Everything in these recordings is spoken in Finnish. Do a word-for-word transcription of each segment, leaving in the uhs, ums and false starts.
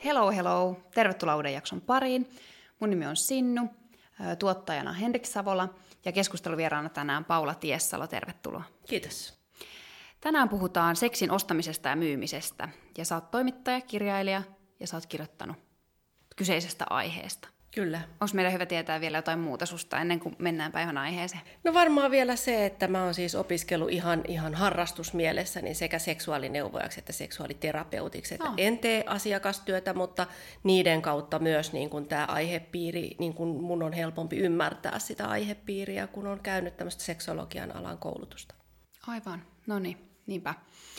Hello, hello. Tervetuloa uuden jakson pariin. Mun nimi on Sinnu, tuottajana Henrik Savola ja keskusteluvieraana tänään Paula Tiessalo. Tervetuloa. Kiitos. Tänään puhutaan seksin ostamisesta ja myymisestä. Ja sä oot toimittaja, kirjailija ja sä oot kirjoittanut kyseisestä aiheesta. Kyllä. Onko meidän hyvä tietää vielä jotain muuta susta ennen kuin mennään päivän aiheeseen? No varmaan vielä se, että mä oon siis opiskellut ihan, ihan harrastusmielessä niin sekä seksuaalineuvojaksi että seksuaaliterapeutiksi. Että Oh. En tee asiakastyötä, mutta niiden kautta myös niin kun tämä aihepiiri, niin kun mun on helpompi ymmärtää sitä aihepiiriä, kun on käynyt tämmöistä seksologian alan koulutusta. Aivan, no niin, niinpä.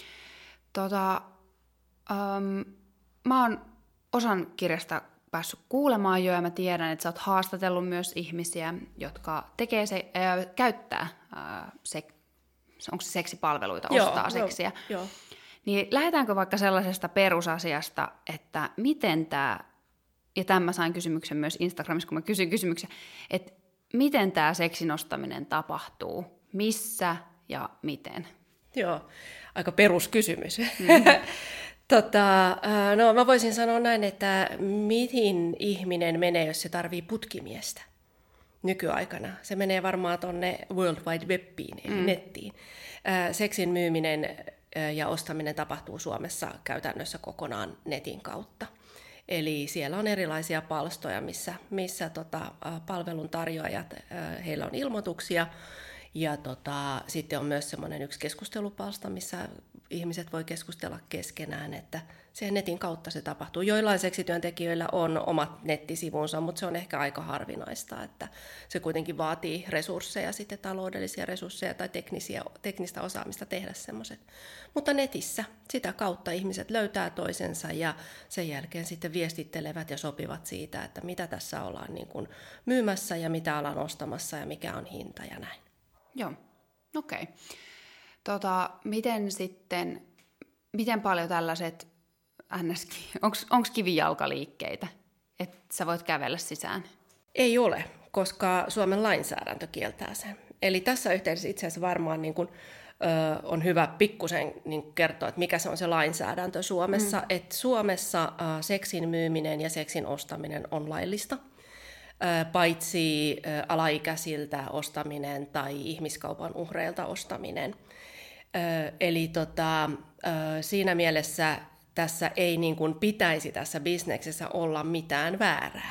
Tota, um, mä oon osan kirjasta päässyt kuulemaan jo, ja mä tiedän, että sä oot haastatellut myös ihmisiä, jotka tekee se, äh, käyttää, äh, se, onko se seksipalveluita, Joo, ostaa joo, seksiä. joo. Niin lähdetäänkö vaikka sellaisesta perusasiasta, että miten tämä, ja tämän mä sain kysymyksen myös Instagramissa, kun mä kysyin kysymyksen, että miten tämä seksin ostaminen tapahtuu, missä ja miten? Joo, aika peruskysymys. Mm. Tota, no mä voisin sanoa näin, että mihin ihminen menee, jos se tarvii putkimiestä nykyaikana. Se menee varmaan tonne World Wide Webiin, eli mm. nettiin. Seksin myyminen ja ostaminen tapahtuu Suomessa käytännössä kokonaan netin kautta. Eli siellä on erilaisia palstoja, missä, missä tota, palveluntarjoajat, heillä on ilmoituksia. Ja tota, sitten on myös semmoinen yksi keskustelupalsta, missä ihmiset voi keskustella keskenään, että sen netin kautta se tapahtuu. Joillain seksityöntekijöillä on omat nettisivunsa, mutta se on ehkä aika harvinaista, että se kuitenkin vaatii resursseja, sitten taloudellisia resursseja tai teknisiä, teknistä osaamista tehdä semmoiset. Mutta netissä sitä kautta ihmiset löytää toisensa ja sen jälkeen sitten viestittelevät ja sopivat siitä, että mitä tässä ollaan niin kuin myymässä ja mitä ollaan ostamassa ja mikä on hinta ja näin. Joo, okei. Okay. Tota, miten sitten, miten paljon tällaiset, onko kivijalkaliikkeitä, että sä voit kävellä sisään? Ei ole, koska Suomen lainsäädäntö kieltää sen. Eli tässä yhteydessä itse asiassa varmaan niin kun, ö, on hyvä pikkusen niin kertoa, että mikä se on se lainsäädäntö Suomessa. Mm. Että Suomessa ö, seksin myyminen ja seksin ostaminen on laillista. Paitsi alaikäisiltä ostaminen tai ihmiskaupan uhreilta ostaminen. Eli tota, siinä mielessä tässä ei niin kuin pitäisi tässä bisneksessä olla mitään väärää.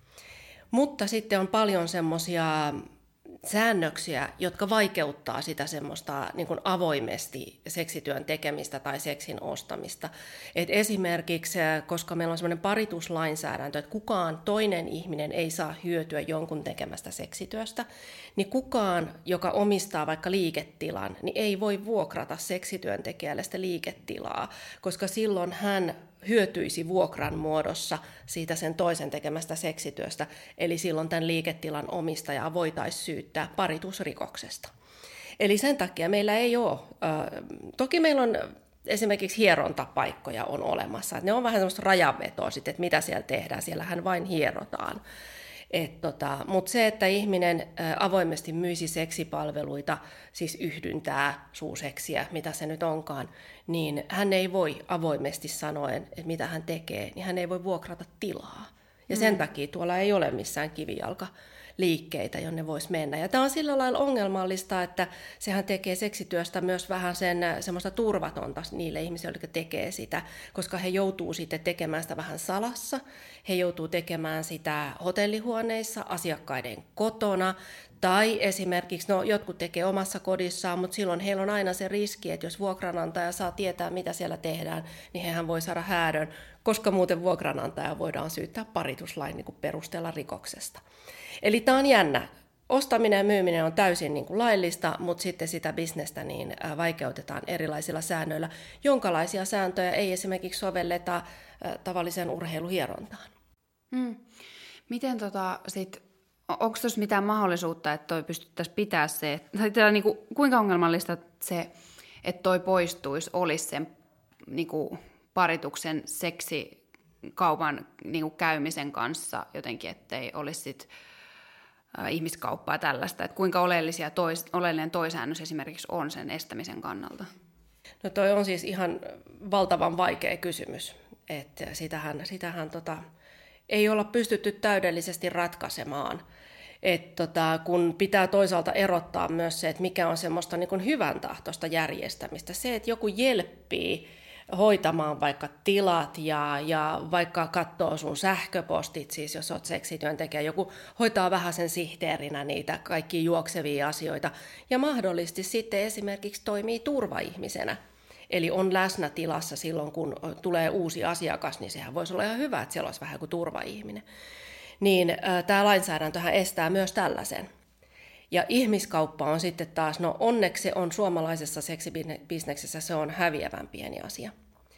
Mutta sitten on paljon semmoisia säännöksiä, jotka vaikeuttaa sitä semmoista niin kuin avoimesti seksityön tekemistä tai seksin ostamista. Et esimerkiksi, koska meillä on semmoinen parituslainsäädäntö, että kukaan toinen ihminen ei saa hyötyä jonkun tekemästä seksityöstä, niin kukaan, joka omistaa vaikka liiketilan, niin ei voi vuokrata seksityöntekijälle sitä liiketilaa, koska silloin hän hyötyisi vuokran muodossa siitä sen toisen tekemästä seksityöstä, eli silloin tämän liiketilan omistajaa voitaisiin syyttää paritusrikoksesta. Eli sen takia meillä ei ole, äh, toki meillä on esimerkiksi hierontapaikkoja on olemassa, että ne on vähän semmoista rajanvetoa sitten, että mitä siellä tehdään, siellähän vain hierotaan. Tota, mutta se, että ihminen ä, avoimesti myisi seksipalveluita, siis yhdyntää suuseksiä, mitä se nyt onkaan, niin hän ei voi avoimesti sanoen, että mitä hän tekee, niin hän ei voi vuokrata tilaa. Ja mm. sen takia tuolla ei ole missään kivijalkaliikkeitä, jonne voisi mennä. Ja tämä on sillä lailla ongelmallista, että sehän tekee seksityöstä myös vähän sen, semmoista turvatonta niille ihmisille, jotka tekee sitä, koska he joutuu sitten tekemään sitä vähän salassa. He joutuu tekemään sitä hotellihuoneissa, asiakkaiden kotona, tai esimerkiksi, no jotkut tekee omassa kodissaan, mutta silloin heillä on aina se riski, että jos vuokranantaja saa tietää, mitä siellä tehdään, niin hehän voi saada häädön, koska muuten vuokranantaja voidaan syyttää parituslain niin kuin perusteella rikoksesta. Eli tämä on jännä. Ostaminen ja myyminen on täysin niin kuin laillista, mutta sitten sitä bisnestä niin vaikeutetaan erilaisilla säännöillä, jonkalaisia sääntöjä ei esimerkiksi sovelleta tavalliseen urheiluhierontaan. Hmm. Miten tota sit, onko tuossa mitään mahdollisuutta, että toi pystyttäisiin pitää se, tai niin kuin, kuinka ongelmallista se, että toi poistuisi, olisi sen niin kuin parituksen seksikaupan niin kuin käymisen kanssa jotenkin, ettei olisi sit ihmiskauppaa tällaista, että kuinka oleellisia tois, oleellinen toisäännös esimerkiksi on sen estämisen kannalta? No toi on siis ihan valtavan vaikea kysymys. että sitähän, sitähän tota, ei olla pystytty täydellisesti ratkaisemaan. Et tota, kun pitää toisaalta erottaa myös se, että mikä on semmoista niin kuin hyvän tahtoista järjestämistä. Se, että joku jelppii hoitamaan vaikka tilat ja, ja vaikka katsoo sun sähköpostit, siis jos olet seksityöntekijä, joku hoitaa vähän sen sihteerinä niitä kaikkia juoksevia asioita ja mahdollisesti sitten esimerkiksi toimii turvaihmisenä. Eli on läsnä tilassa silloin, kun tulee uusi asiakas, niin sehän voisi olla ihan hyvä, että siellä olisi vähän kuin turvaihminen. Niin äh, tämä lainsäädäntöhän estää myös tällaisen. Ja ihmiskauppa on sitten taas, no onneksi se on suomalaisessa seksibisneksessä, se on häviävän pieni asia.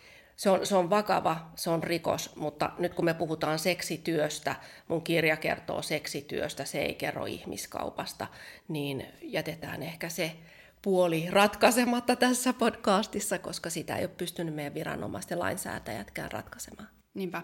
Se on, se on vakava, se on rikos, mutta nyt kun me puhutaan seksityöstä, mun kirja kertoo seksityöstä, se ei kerro ihmiskaupasta, niin jätetään ehkä se puoli ratkaisematta tässä podcastissa, koska sitä ei ole pystynyt meidän viranomaisten lainsäätäjätkään ratkaisemaan. Niinpä.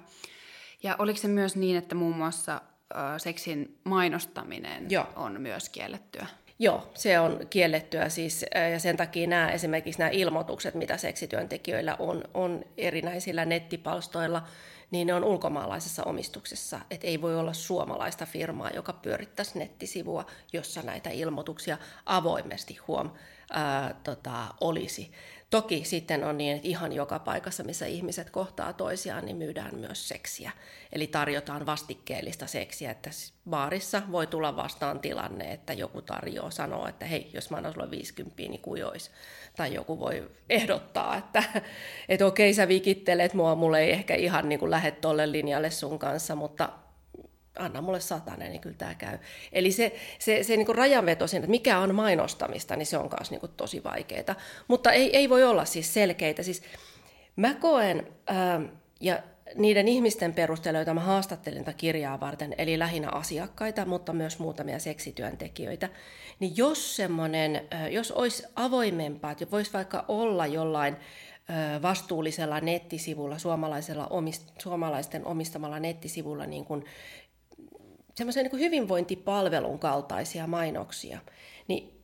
Ja oliko se myös niin, että muun muassa ö, seksin mainostaminen Joo. on myös kiellettyä? Joo, se on kiellettyä siis, ja sen takia nämä, esimerkiksi nämä ilmoitukset, mitä seksityöntekijöillä on, on erinäisillä nettipalstoilla, niin ne on ulkomaalaisessa omistuksessa. Et ei voi olla suomalaista firmaa, joka pyörittäisi nettisivua, jossa näitä ilmoituksia avoimesti huom ää, tota, olisi. Toki sitten on niin, että ihan joka paikassa, missä ihmiset kohtaa toisiaan, niin myydään myös seksiä. Eli tarjotaan vastikkeellista seksiä, että baarissa voi tulla vastaan tilanne, että joku tarjoaa, sanoo, että hei, jos mä annan sulle viisikymmentä, niin kujois. Tai joku voi ehdottaa, että, että okei, sä vikittelet mua, mulle ei ehkä ihan niin kuin lähde tolle linjalle sun kanssa, mutta anna mulle satanen, niin kyllä tämä käy. Eli se, se, se niin kuin rajanveto siinä, että mikä on mainostamista, niin se on myös niin kuin tosi vaikeaa. Mutta ei, ei voi olla siis selkeitä. Siis mä koen, ää, ja niiden ihmisten perusteella, joita mä haastattelin tätä kirjaa varten, eli lähinnä asiakkaita, mutta myös muutamia seksityöntekijöitä, niin jos semmoinen, jos olisi avoimempaa, että voisi vaikka olla jollain vastuullisella nettisivulla, suomalaisella omist, suomalaisten omistamalla nettisivulla niin kuin semmoisen niin kuin hyvinvointipalvelun kaltaisia mainoksia, niin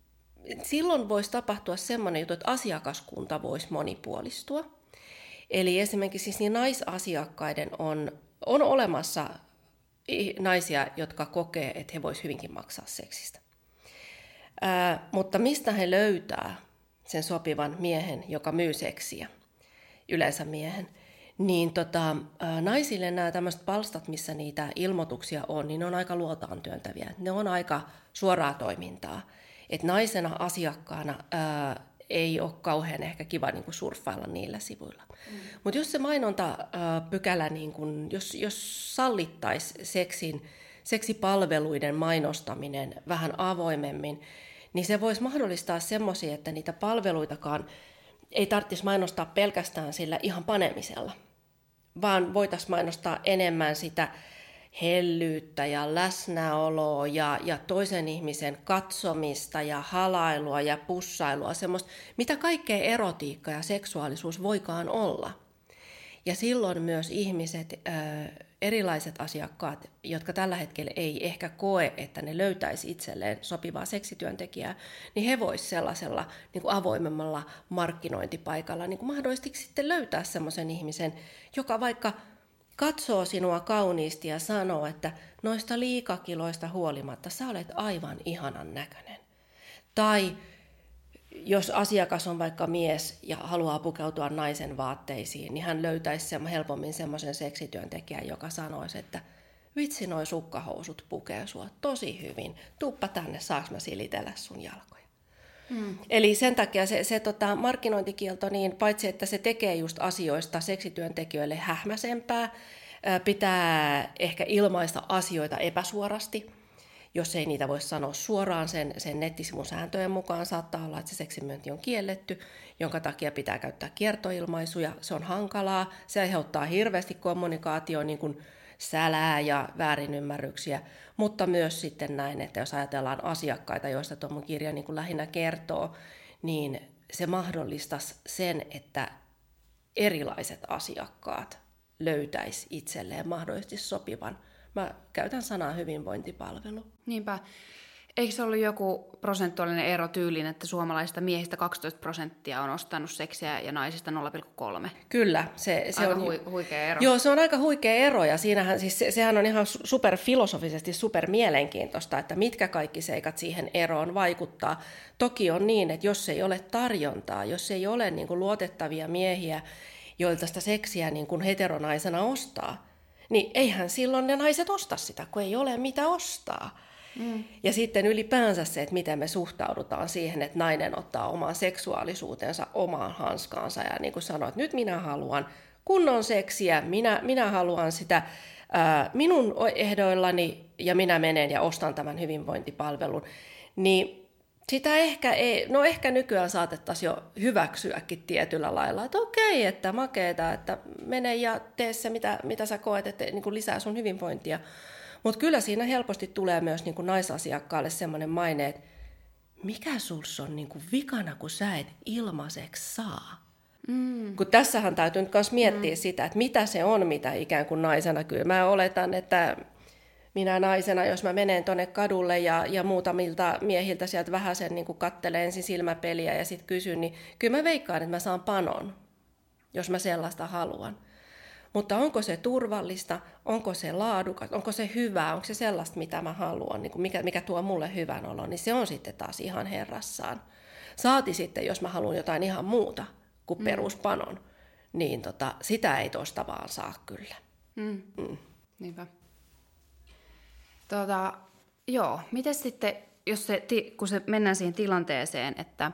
silloin voisi tapahtua semmoinen juttu, että asiakaskunta voisi monipuolistua. Eli esimerkiksi siis niin naisasiakkaiden on, on olemassa naisia, jotka kokee, että he voisivat hyvinkin maksaa seksistä. Ää, mutta mistä he löytää sen sopivan miehen, joka myy seksiä, yleensä miehen, niin tota, ää, naisille nämä tämmöiset palstat, missä niitä ilmoituksia on, niin ne on aika luotaan työntäviä. Ne on aika suoraa toimintaa. Et naisena asiakkaana ää, ei ole kauhean ehkä kiva niin kuin surffailla niillä sivuilla. Mm. Mutta jos se mainontapykälä, niin kun, jos, jos sallittaisi seksin, seksipalveluiden mainostaminen vähän avoimemmin, niin se voisi mahdollistaa semmoisia, että niitä palveluitakaan ei tarvitsisi mainostaa pelkästään sillä ihan panemisella, vaan voitaisiin mainostaa enemmän sitä hellyyttä ja läsnäoloa ja, ja toisen ihmisen katsomista ja halailua ja pussailua, semmoista, mitä kaikkea erotiikka ja seksuaalisuus voikaan olla. Ja silloin myös ihmiset, erilaiset asiakkaat, jotka tällä hetkellä ei ehkä koe, että ne löytäisi itselleen sopivaa seksityöntekijää, niin he voisivat sellaisella niin kuin avoimemmalla markkinointipaikalla niin kuin mahdollisesti sitten löytää semmoisen ihmisen, joka vaikka katsoo sinua kauniisti ja sanoo, että noista liikakiloista huolimatta sä olet aivan ihanan näköinen. Tai jos asiakas on vaikka mies ja haluaa pukeutua naisen vaatteisiin, niin hän löytäisi helpommin semmoisen seksityöntekijän, joka sanoisi, että vitsi, noi sukkahousut pukee sua tosi hyvin. Tuuppa tänne, saaks mä silitellä sun jalkoja. Hmm. Eli sen takia se, se tota, markkinointikielto, niin paitsi että se tekee just asioista seksityöntekijöille hähmäsempää, pitää ehkä ilmaista asioita epäsuorasti. Jos ei niitä voi sanoa suoraan sen, sen nettisivun sääntöjen mukaan, saattaa olla, että se seksimyynti on kielletty, jonka takia pitää käyttää kiertoilmaisuja. Se on hankalaa, se aiheuttaa hirveästi kommunikaatioon niin kuin sälää ja väärinymmärryksiä, mutta myös sitten näin, että jos ajatellaan asiakkaita, joista tuo mun kirja niin kuin lähinnä kertoo, niin se mahdollistaisi sen, että erilaiset asiakkaat löytäisi itselleen mahdollisesti sopivan. Mä käytän sanaa hyvinvointipalvelu. Niinpä. Eikö se ollut joku prosentuaalinen ero tyyliin, että suomalaisista miehistä kaksitoista prosenttia on ostanut seksiä ja naisista nolla pilkku kolme? Kyllä. Se, se aika on hui, huikea ero. Joo, se on aika huikea ero ja siinähän, siis se, sehän on ihan superfilosofisesti super mielenkiintoista, että mitkä kaikki seikat siihen eroon vaikuttaa. Toki on niin, että jos ei ole tarjontaa, jos ei ole niin kuin luotettavia miehiä, joilta sitä seksiä niin kuin heteronaisena ostaa, niin eihän silloin ne naiset osta sitä, kun ei ole mitä ostaa. Mm. Ja sitten ylipäänsä se, että miten me suhtaudutaan siihen, että nainen ottaa oman seksuaalisuutensa omaan hanskaansa ja niin kuin sanoo, että nyt minä haluan kunnon seksiä, minä, minä haluan sitä ää, minun ehdoillani ja minä menen ja ostan tämän hyvinvointipalvelun, niin sitä ehkä ei, no ehkä nykyään saatettaisiin jo hyväksyäkin tietyllä lailla, että okei, että makeeta, että mene ja tee se, mitä, mitä sä koet, että niin kuin lisää sun hyvinvointia. Mutta kyllä siinä helposti tulee myös niin kuin naisasiakkaalle semmoinen maine, että mikä sulssa on niin kuin vikana, kun sä et ilmaiseksi saa. Mm. Kun tässähän täytyy nyt myös miettiä mm. sitä, että mitä se on, mitä ikään kuin naisena. Kyllä mä oletan, että minä naisena, jos mä menen tuonne kadulle ja, ja muutamilta miehiltä sieltä vähän sen niin kuin kattelen ensin silmäpeliä ja sitten kysyn, niin kyllä mä veikkaan, että mä saan panon, jos mä sellaista haluan. Mutta onko se turvallista, onko se laadukas, onko se hyvää, onko se sellaista, mitä mä haluan, niin kuin mikä, mikä tuo mulle hyvän olon, niin se on sitten taas ihan herrassaan. Saati sitten, jos mä haluan jotain ihan muuta kuin mm. peruspanon, niin tota, sitä ei tosta vaan saa kyllä. Mm. Mm. Niinpä. Tota, joo, miten sitten, jos se, kun se mennään siihen tilanteeseen, että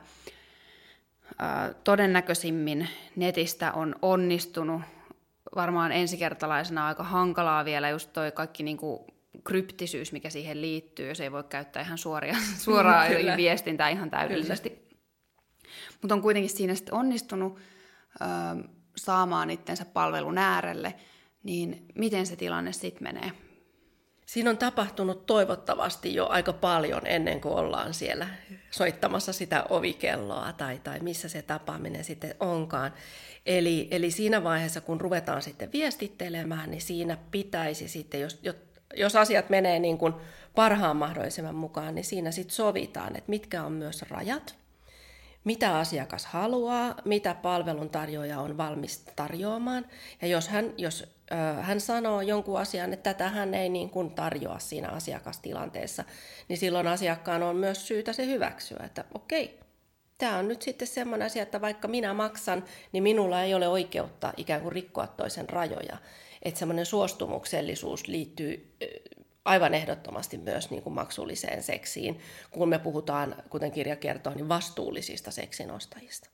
ää, todennäköisimmin netistä on onnistunut, varmaan ensikertalaisena aika hankalaa vielä just toi kaikki niinku kryptisyys, mikä siihen liittyy, jos ei voi käyttää ihan suoria, suoraa viestintää ihan täydellisesti. Mutta on kuitenkin siinä sitten onnistunut ö, saamaan itsensä palvelun äärelle, niin miten se tilanne sitten menee? Siinä on tapahtunut toivottavasti jo aika paljon ennen kuin ollaan siellä soittamassa sitä ovikelloa tai, tai missä se tapaaminen sitten onkaan. Eli, eli siinä vaiheessa, kun ruvetaan sitten viestittelemään, niin siinä pitäisi sitten, jos, jos asiat menee niin kuin parhaan mahdollisimman mukaan, niin siinä sitten sovitaan, että mitkä on myös rajat, mitä asiakas haluaa, mitä palveluntarjoaja on valmis tarjoamaan. Ja jos hän, jos, äh, hän sanoo jonkun asian, että tätä hän ei niin kuin tarjoa siinä asiakastilanteessa, niin silloin asiakkaan on myös syytä se hyväksyä, että okei, tämä on nyt sitten semmoinen asia, että vaikka minä maksan, niin minulla ei ole oikeutta ikään kuin rikkoa toisen rajoja. Että semmoinen suostumuksellisuus liittyy aivan ehdottomasti myös niin kuin maksulliseen seksiin, kun me puhutaan, kuten kirja kertoo, niin vastuullisista seksinostajista.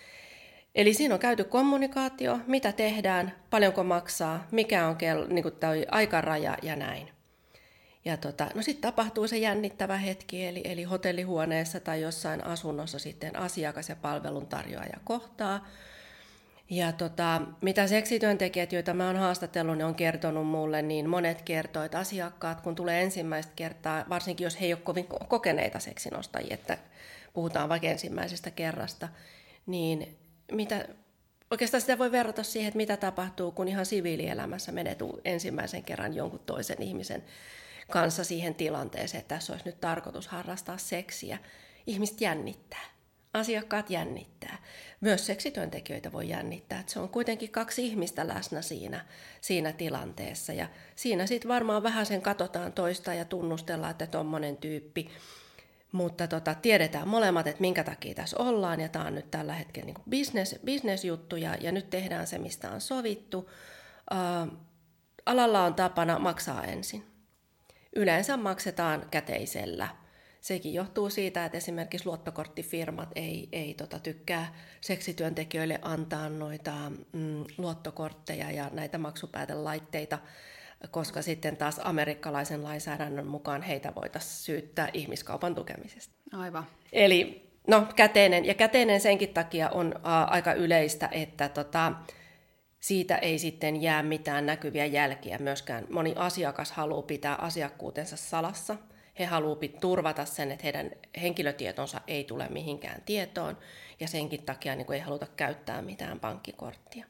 Eli siinä on käyty kommunikaatio, mitä tehdään, paljonko maksaa, mikä on kello, niin kuin tämä aikaraja ja näin. Ja tota, no sitten tapahtuu se jännittävä hetki, eli, eli hotellihuoneessa tai jossain asunnossa sitten asiakas ja palveluntarjoaja kohtaa. Ja tota, mitä seksityöntekijät, joita mä oon haastatellut, ne on kertonut mulle, niin monet kertoo, että asiakkaat, kun tulee ensimmäistä kertaa, varsinkin jos he ei ole kovin kokeneita seksinostajia, että puhutaan vaikka ensimmäisestä kerrasta, niin mitä, oikeastaan sitä voi verrata siihen, että mitä tapahtuu, kun ihan siviilielämässä menet ensimmäisen kerran jonkun toisen ihmisen kanssa siihen tilanteeseen, että tässä olisi nyt tarkoitus harrastaa seksiä. Ihmiset jännittää. Asiakkaat jännittää. Myös seksityöntekijöitä voi jännittää. Että se on kuitenkin kaksi ihmistä läsnä siinä, siinä tilanteessa. Ja siinä sitten varmaan vähän sen katsotaan toista ja tunnustellaan, että tommonen tyyppi. Mutta tota, tiedetään molemmat, että minkä takia tässä ollaan. Ja tämä on nyt tällä hetkellä niin kuin business, business-juttu ja, ja nyt tehdään se, mistä on sovittu. Uh, alalla on tapana maksaa ensin. Yleensä maksetaan käteisellä. Sekin johtuu siitä, että esimerkiksi luottokorttifirmat ei, ei tota, tykkää seksityöntekijöille antaa noita mm, luottokortteja ja näitä maksupäätelaitteita, koska sitten taas amerikkalaisen lainsäädännön mukaan heitä voitaisiin syyttää ihmiskaupan tukemisesta. Aivan. Eli no käteinen, ja käteinen senkin takia on a, aika yleistä, että tota, siitä ei sitten jää mitään näkyviä jälkiä myöskään. Moni asiakas haluaa pitää asiakkuutensa salassa. He haluavat turvata sen, että heidän henkilötietonsa ei tule mihinkään tietoon, ja senkin takia niin ei haluta käyttää mitään pankkikorttia.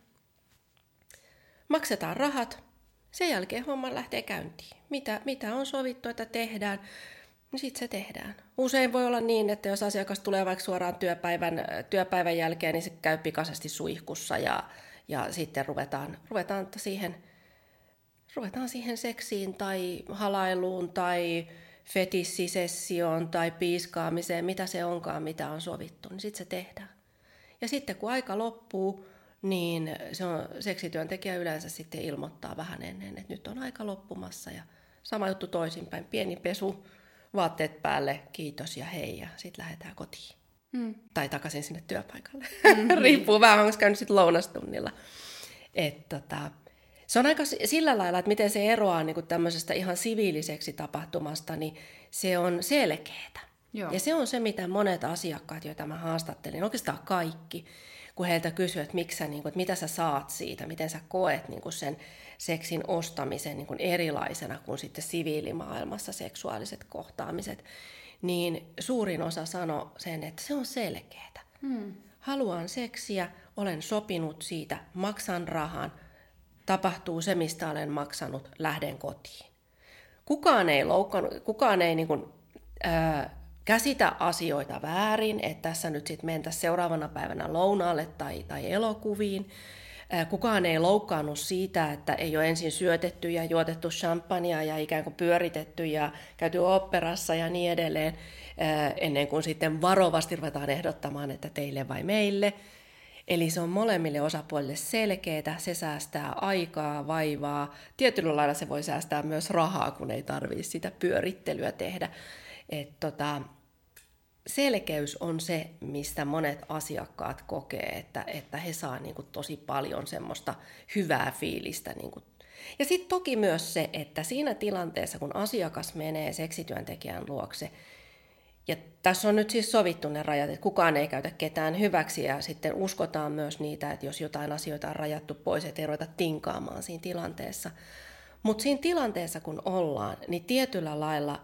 Maksetaan rahat, sen jälkeen homma lähtee käyntiin. Mitä, mitä on sovittu, että tehdään? niin sitten se tehdään. Usein voi olla niin, että jos asiakas tulee vaikka suoraan työpäivän, työpäivän jälkeen, niin se käy pikaisesti suihkussa ja, ja sitten ruvetaan, ruvetaan, siihen, ruvetaan siihen seksiin tai halailuun tai fetissisessioon tai piiskaamiseen, mitä se onkaan, mitä on sovittu, niin sitten se tehdään. Ja sitten kun aika loppuu, niin se on, seksityöntekijä yleensä sitten ilmoittaa vähän ennen, että nyt on aika loppumassa ja sama juttu toisinpäin, pieni pesu, vaatteet päälle, kiitos ja hei, ja sitten lähdetään kotiin. Mm. Tai takaisin sinne työpaikalle. Mm-hmm. Riippuu vähän, onko käynyt sitten lounastunnilla. Et, tota, se on aika sillä lailla, että miten se eroaa niin tämmöisestä ihan siviiliseksi tapahtumasta, niin se on selkeätä. Joo. Ja se on se, mitä monet asiakkaat, joita mä haastattelin, oikeastaan kaikki, kun heiltä kysyy, että, miksi sä, niin kuin, että mitä sä saat siitä, miten sä koet niin kuin sen seksin ostamisen niin kuin erilaisena kuin sitten siviilimaailmassa seksuaaliset kohtaamiset, niin suurin osa sanoi sen, että se on selkeätä. Hmm. Haluan seksiä, olen sopinut siitä, maksan rahan, tapahtuu se, mistä olen maksanut, lähden kotiin. Kukaan ei loukannut, kukaan ei niin kuin, ää, käsitä asioita väärin, että tässä nyt sitten mentäisiin seuraavana päivänä lounaalle tai, tai elokuviin. Kukaan ei loukkaannut siitä, että ei ole ensin syötetty ja juotettu champagnea ja ikään kuin pyöritetty ja käyty oopperassa ja niin edelleen, ennen kuin sitten varovasti ruvetaan ehdottamaan, että teille vai meille. Eli se on molemmille osapuolille selkeää, se säästää aikaa, vaivaa. Tietyllä lailla se voi säästää myös rahaa, kun ei tarvitse sitä pyörittelyä tehdä. Et tota, selkeys on se, mistä monet asiakkaat kokee, että, että he saa niin kuin tosi paljon semmoista hyvää fiilistä. Niin kuin. Ja sitten toki myös se, että siinä tilanteessa, kun asiakas menee seksityöntekijän luokse, ja tässä on nyt siis sovittu ne rajat, että kukaan ei käytä ketään hyväksi, ja sitten uskotaan myös niitä, että jos jotain asioita on rajattu pois, että ei ruveta tinkaamaan siinä tilanteessa. Mutta siinä tilanteessa, kun ollaan, niin tietyllä lailla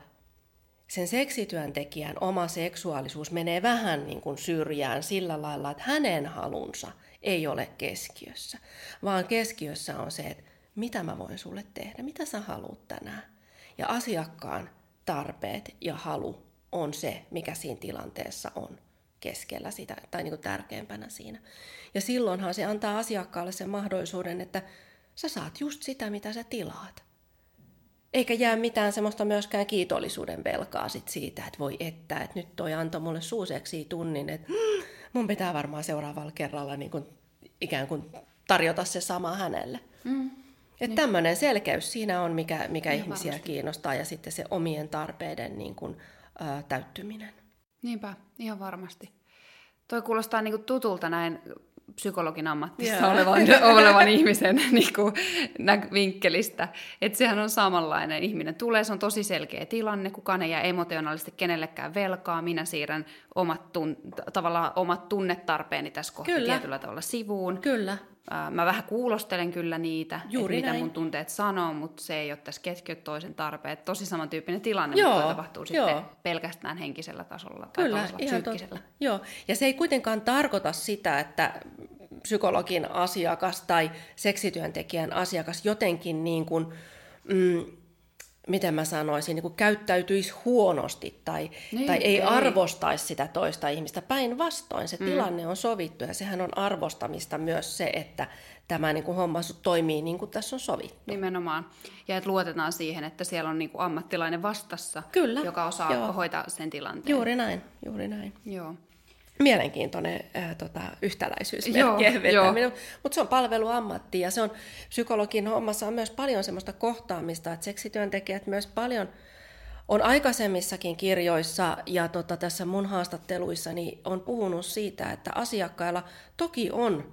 sen seksityöntekijän oma seksuaalisuus menee vähän niin kuin syrjään sillä lailla, että hänen halunsa ei ole keskiössä, vaan keskiössä on se, että mitä mä voin sulle tehdä, mitä sä haluat tänään. Ja asiakkaan tarpeet ja halu on se, mikä siinä tilanteessa on keskellä sitä, tai niin kuin tärkeimpänä siinä. Ja silloinhan se antaa asiakkaalle sen mahdollisuuden, että sä saat just sitä, mitä sä tilaat. Eikä jää mitään semmoista myöskään kiitollisuuden velkaa sit siitä, että voi että, että nyt toi antoi mulle suuseksi tunnin, että mun pitää varmaan seuraavalla kerralla niin kuin, ikään kuin tarjota se sama hänelle. Mm. Että niin. Tämmöinen selkeys siinä on, mikä, mikä ihmisiä varmasti kiinnostaa, ja sitten se omien tarpeiden niin kuin, ä, täyttyminen. Niinpä, ihan varmasti. Toi kuulostaa niin kuin tutulta näin psykologin ammattissa yeah. olevan, olevan ihmisen niin kuin, vinkkelistä. Että sehän on samanlainen. Ihminen tulee, se on tosi selkeä tilanne, kukaan ei jää emotionaalisesti kenellekään velkaa. Minä siirrän omat, tun, tavallaan omat tunnetarpeeni tässä kohtaa tietyllä tavalla sivuun. Kyllä. Mä vähän kuulostelen kyllä niitä, että mitä mun tunteet sanoo, mutta se ei ole tässä keskiöt toisen tarpeet. Tosi samantyyppinen tilanne, joo, mutta tapahtuu joo. sitten pelkästään henkisellä tasolla tai kyllä, psyykkisellä. Joo, ja se ei kuitenkaan tarkoita sitä, että psykologin asiakas tai seksityöntekijän asiakas jotenkin niin kuin, mm, miten mä sanoisin, niin kuin käyttäytyisi huonosti tai, niin, tai ei, ei arvostaisi sitä toista ihmistä. Päinvastoin se mm. tilanne on sovittu, ja sehän on arvostamista myös se, että tämä niin kuin homma toimii niin kuin tässä on sovittu. Nimenomaan. Ja että luotetaan siihen, että siellä on niin kuin ammattilainen vastassa, kyllä, joka osaa joo. hoitaa sen tilanteen. Juuri näin, juuri näin. Joo. Mielenkiintoinen äh, tota, yhtäläisyysmerkkien vetäminen, mutta se on palveluammatti, ja se on psykologin hommassa on myös paljon semmoista kohtaamista, että seksityöntekijät myös paljon on aikaisemmissakin kirjoissa ja tota, tässä mun haastatteluissa niin on puhunut siitä, että asiakkailla toki on,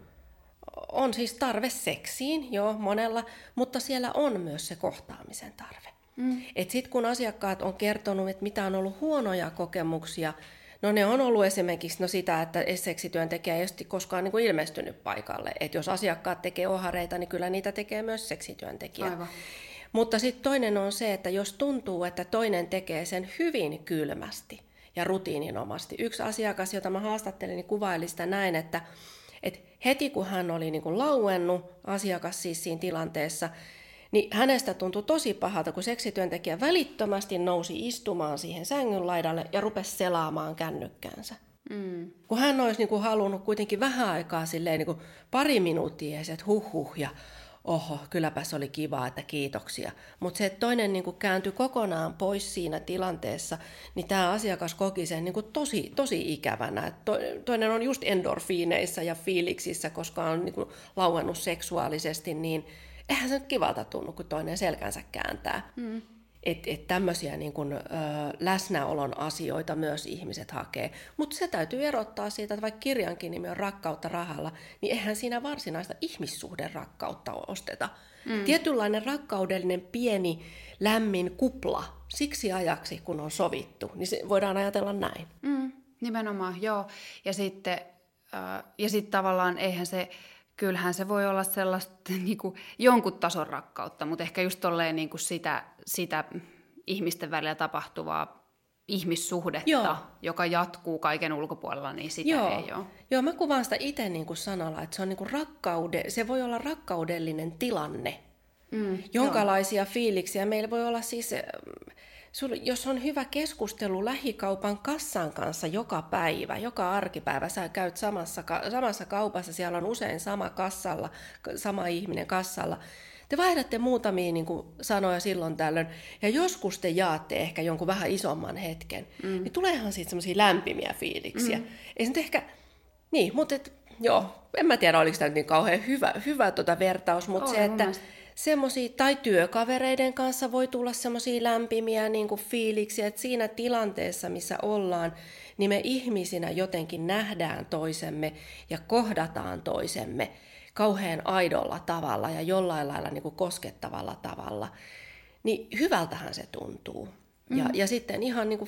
on siis tarve seksiin, joo, monella, mutta siellä on myös se kohtaamisen tarve. Mm. Että sitten kun asiakkaat on kertonut, että mitä on ollut huonoja kokemuksia, no ne on ollut esimerkiksi no sitä, että seksityöntekijä ei ole koskaan niin kuin ilmestynyt paikalle. Että jos asiakkaat tekee ohareita, niin kyllä niitä tekee myös seksityöntekijä. Aivan. Mutta sitten toinen on se, että jos tuntuu, että toinen tekee sen hyvin kylmästi ja rutiininomasti. Yksi asiakas, jota mä haastattelin, niin kuvaili sitä näin, että, että heti kun hän oli niin kuin lauennut, asiakas siis siinä tilanteessa, Niin hänestä tuntui tosi pahalta, kun seksityöntekijä välittömästi nousi istumaan siihen sängyn laidalle ja rupesi selaamaan kännykkäänsä. Mm. Kun hän olisi niin kuin halunnut kuitenkin vähän aikaa silleen, niin kuin pari minuuttia, että huh huh ja oho, kylläpäs oli kiva, että kiitoksia. Mutta se, että toinen niin kuin kääntyi kokonaan pois siinä tilanteessa, niin tämä asiakas koki sen niin kuin tosi, tosi ikävänä. Et to, toinen on just endorfiineissa ja fiiliksissä, koska on niin kuin lauennut seksuaalisesti, niin eihän se nyt kivalta tunnu, kun toinen selkänsä kääntää. Mm. Että et tämmöisiä niin kun, ö, läsnäolon asioita myös ihmiset hakee. Mutta se täytyy erottaa siitä, että vaikka kirjankin nimi on Rakkautta rahalla, niin eihän siinä varsinaista ihmissuhderakkautta osteta. Mm. Tietynlainen rakkaudellinen pieni lämmin kupla siksi ajaksi, kun on sovittu, niin se voidaan ajatella näin. Mm, nimenomaan, joo. Ja sitten äh, ja sit tavallaan eihän se... Kyllähän se voi olla sellaista niin kuin jonkun tason rakkautta, mutta ehkä just tolleen niin kuin sitä, sitä ihmisten välillä tapahtuvaa ihmissuhdetta, Joo. joka jatkuu kaiken ulkopuolella, niin sitä Joo. ei ole. Joo, mä kuvaan sitä itse niin kuin sanalla, että se, on niin kuin rakkaude, se voi olla rakkaudellinen tilanne. Mm, Jonkalaisia jo. fiiliksiä. Meillä voi olla siis... Jos on hyvä keskustelu lähikaupan kassan kanssa joka päivä, joka arkipäivä, sä käyt samassa, samassa kaupassa, siellä on usein sama kassalla, sama ihminen kassalla. Te vaihdatte muutamia niin kuin sanoja silloin tällöin, ja joskus te jaatte ehkä jonkun vähän isomman hetken, mm. niin tuleehan siitä semmoisia lämpimiä fiiliksiä. Mm. Ei se nyt ehkä, niin, mutta et, joo, en mä tiedä, oliko tämä niin kauhean hyvä, hyvä tuota vertaus, mutta oh, se, että... Semmosia, tai työkavereiden kanssa voi tulla semmoisia lämpimiä niin kuin fiiliksiä, että siinä tilanteessa, missä ollaan, niin me ihmisinä jotenkin nähdään toisemme ja kohdataan toisemme kauhean aidolla tavalla ja jollain lailla niin kuin koskettavalla tavalla. Niin hyvältähän se tuntuu. Mm. Ja, ja sitten ihan niin kuin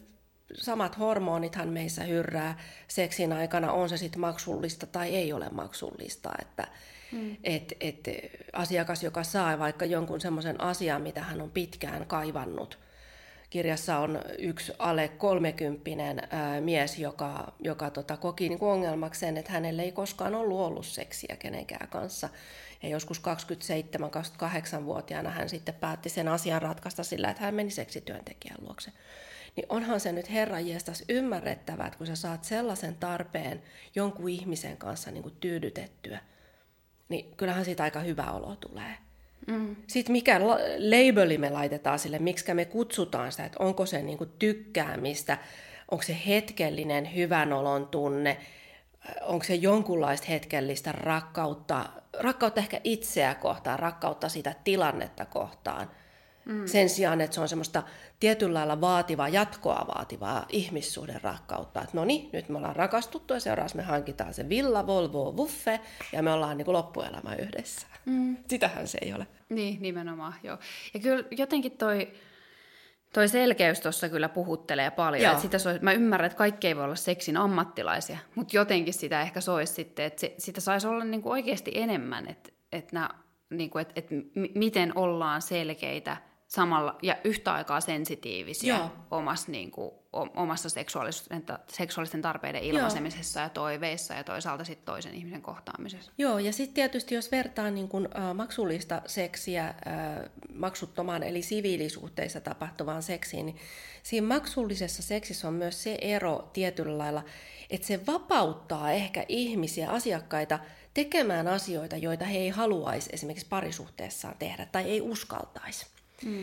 samat hormonithan meissä hyrrää seksin aikana, on se sitten maksullista tai ei ole maksullista, että Mm. Et, et, asiakas, joka saa vaikka jonkun semmoisen asian, mitä hän on pitkään kaivannut. Kirjassa on yksi alle kolmekymppinen ää, mies, joka, joka tota, koki niin kuin ongelmaksi sen, että hänelle ei koskaan ollut ollut seksiä kenenkään kanssa. Ja joskus kaksikymmentäseitsemän kaksikymmentäkahdeksan-vuotiaana hän sitten päätti sen asian ratkaista sillä, että hän meni seksityöntekijän luokse. Niin onhan se nyt herranjestas ymmärrettävää, että kun sä saat sellaisen tarpeen jonkun ihmisen kanssa niin kuin tyydytettyä, niin kyllähän siitä aika hyvä olo tulee. Mm. Sitten mikä labeli me laitetaan sille, miksi me kutsutaan sitä, että onko se niinku tykkäämistä, onko se hetkellinen hyvän olon tunne, onko se jonkunlaista hetkellistä rakkautta, rakkautta ehkä itseä kohtaan, rakkautta sitä tilannetta kohtaan. Mm. Sen sijaan, että se on semmoista tietyllä lailla vaativaa, jatkoa vaativaa ihmissuhden rakkautta. Että no niin, nyt me ollaan rakastuttu ja seuraavaksi me hankitaan se villa, Volvo, Wuffe ja me ollaan niin kuin loppuelämä yhdessä. Mm. Sitähän se ei ole. Niin, nimenomaan, joo. Ja kyllä jotenkin toi, toi selkeys tuossa kyllä puhuttelee paljon. Että sitä soi, mä ymmärrän, että kaikki ei voi olla seksin ammattilaisia, mutta jotenkin sitä ehkä soisi sitten, että se, sitä saisi olla niin kuin oikeasti enemmän, että, että, nää, niin kuin, että, että m- miten ollaan selkeitä samalla ja yhtä aikaa sensitiivisiä Joo. omassa, niin kuin, omassa seksuaalisten, seksuaalisten tarpeiden ilmaisemisessa Joo. ja toiveissa ja toisaalta sitten toisen ihmisen kohtaamisessa. Joo, ja sitten tietysti jos vertaa niin kun, ä, maksullista seksiä ä, maksuttomaan eli siviilisuhteissa tapahtuvaan seksiin, niin siinä maksullisessa seksissä on myös se ero tietyllä lailla, että se vapauttaa ehkä ihmisiä, asiakkaita tekemään asioita, joita he ei haluaisi esimerkiksi parisuhteessaan tehdä tai ei uskaltaisi. Mm.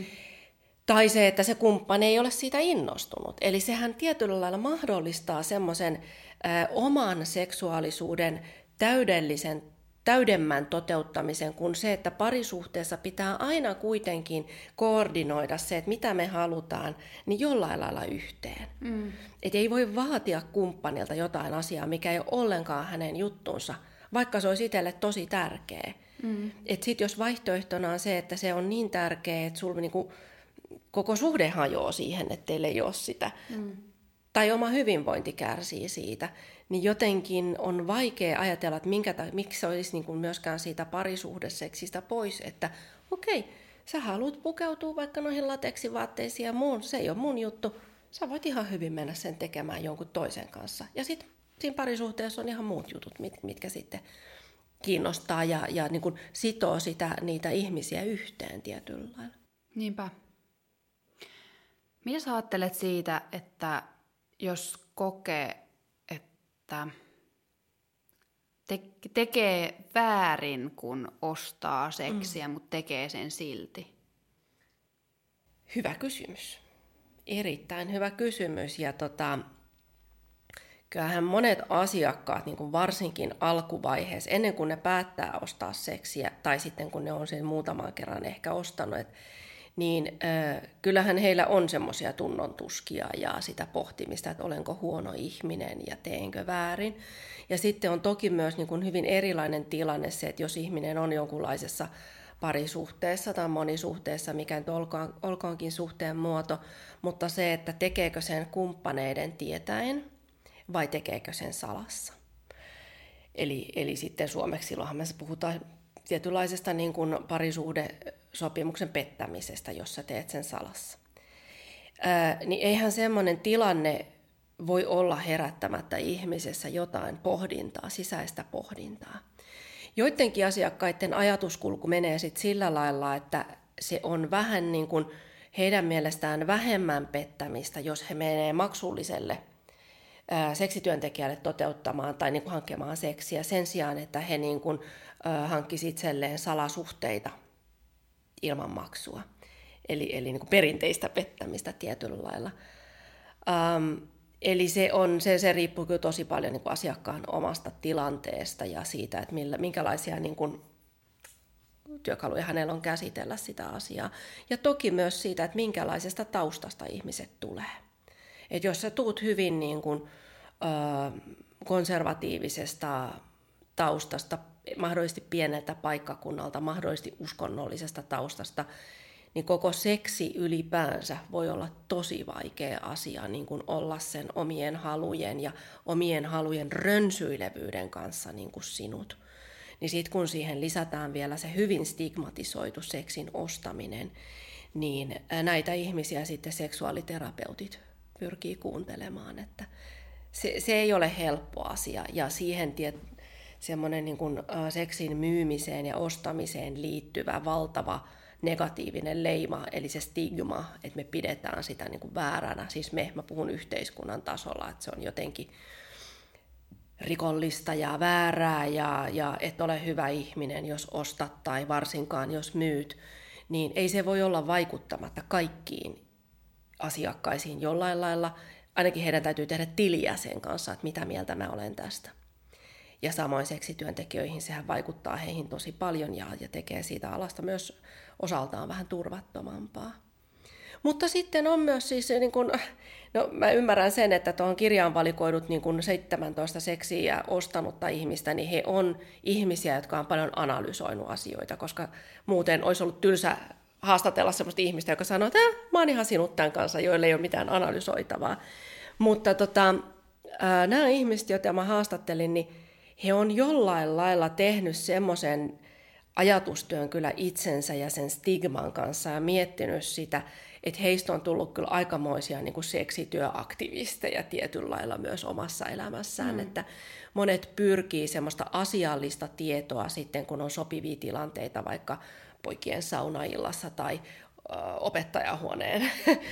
Tai se, että se kumppani ei ole siitä innostunut. Eli sehän tietyllä lailla mahdollistaa semmoisen äh, oman seksuaalisuuden täydellisen, täydemmän toteuttamisen kuin se, että parisuhteessa pitää aina kuitenkin koordinoida se, että mitä me halutaan, niin jollain lailla yhteen. Mm. Et ei voi vaatia kumppanilta jotain asiaa, mikä ei ole ollenkaan hänen juttunsa, vaikka se olisi itselle tosi tärkeä. Mm. Että sitten jos vaihtoehtona on se, että se on niin tärkeä, että sulla niinku koko suhde hajoaa siihen, että teillä ei ole sitä, mm. tai oma hyvinvointi kärsii siitä, niin jotenkin on vaikea ajatella, että minkä, miksi se olisi niinku myöskään siitä parisuhdeseksistä pois, että okei, sä haluat pukeutua vaikka noihin lateksivaatteisiin ja muun, se ei ole mun juttu, sä voit ihan hyvin mennä sen tekemään jonkun toisen kanssa. Ja sitten siinä parisuhteessa on ihan muut jutut, mit, mitkä sitten kiinnostaa ja, ja niin kuin sitoo sitä, niitä ihmisiä yhteen tietyllä lailla. Niinpä. Mitä sä ajattelet siitä, että jos kokee, että te- tekee väärin, kun ostaa seksiä, mm. mutta tekee sen silti? Hyvä kysymys. Erittäin hyvä kysymys. Ja tota, kyllähän monet asiakkaat, niin kuin varsinkin alkuvaiheessa, ennen kuin ne päättää ostaa seksiä, tai sitten kun ne on sen muutaman kerran ehkä ostanut, et, niin äh, kyllähän heillä on semmoisia tunnontuskia ja sitä pohtimista, että olenko huono ihminen ja teenkö väärin. Ja sitten on toki myös niin kuin hyvin erilainen tilanne se, että jos ihminen on jonkunlaisessa parisuhteessa tai monisuhteessa, mikä nyt olkoon, olkoonkin suhteen muoto, mutta se, että tekeekö sen kumppaneiden tietäen vai tekeekö sen salassa. Eli, eli sitten suomeksi silloinhan me puhutaan tietynlaisesta niin kuin parisuhdesopimuksen pettämisestä, jos sä teet sen salassa. Ää, niin eihän semmoinen tilanne voi olla herättämättä ihmisessä jotain pohdintaa, sisäistä pohdintaa. Joidenkin asiakkaiden ajatuskulku menee sitten sillä lailla, että se on vähän niin kuin heidän mielestään vähemmän pettämistä, jos he menee maksulliselle ää, seksityöntekijälle toteuttamaan tai niin kuin hankkimaan seksiä sen sijaan, että he niin kuin, ää, hankkisivat itselleen salasuhteita ilman maksua. Eli, eli niin kuin perinteistä pettämistä tietyllä lailla. Ähm, Eli se, on, se, se riippuu kyllä tosi paljon niin kuin asiakkaan omasta tilanteesta ja siitä, että millä, minkälaisia niin kuin, työkaluja hänellä on käsitellä sitä asiaa. Ja toki myös siitä, että minkälaisesta taustasta ihmiset tulee. Et jos sä tuut hyvin niin kuin, ö, konservatiivisesta taustasta, mahdollisesti pieneltä paikkakunnalta, mahdollisesti uskonnollisesta taustasta, niin koko seksi ylipäänsä voi olla tosi vaikea asia, niin kuin olla sen omien halujen ja omien halujen rönsyilevyyden kanssa niin kuin sinut. Niin sitten kun siihen lisätään vielä se hyvin stigmatisoitu seksin ostaminen, niin näitä ihmisiä sitten seksuaaliterapeutit pyrkii kuuntelemaan, että se, se ei ole helppo asia ja siihen tiet, semmoinen niin kuin seksin myymiseen ja ostamiseen liittyvä valtava negatiivinen leima, eli se stigma, että me pidetään sitä niin kuin vääränä. Siis me, mä puhun yhteiskunnan tasolla, että se on jotenkin rikollista ja väärää ja, ja et ole hyvä ihminen, jos ostat tai varsinkaan jos myyt, niin ei se voi olla vaikuttamatta kaikkiin asiakkaisiin jollain lailla. Ainakin heidän täytyy tehdä tiliä sen kanssa, että mitä mieltä mä olen tästä. Ja samoin seksityöntekijöihin sehän vaikuttaa heihin tosi paljon ja, ja tekee siitä alasta myös osaltaan vähän turvattomampaa. Mutta sitten on myös siis, niin kun, no mä ymmärrän sen, että tuohon kirjaan valikoidut niin kun seitsemäntoista seksiä ostanutta ihmistä, niin he on ihmisiä, jotka on paljon analysoinut asioita, koska muuten olisi ollut tylsä haastatella sellaista ihmistä, joka sanoo, että mä oon ihan sinut tämän kanssa, joille ei ole mitään analysoitavaa. Mutta tota, ää, nämä ihmiset, joita mä haastattelin, niin he on jollain lailla tehnyt semmoisen ajatustyön kyllä itsensä ja sen stigman kanssa ja miettinyt sitä, että heistä on tullut kyllä aikamoisia niin kuin seksityöaktivisteja tietyllä lailla myös omassa elämässään, mm. että monet pyrkii semmoista asiallista tietoa sitten, kun on sopivia tilanteita vaikka poikien saunaillassa tai ö, opettajahuoneen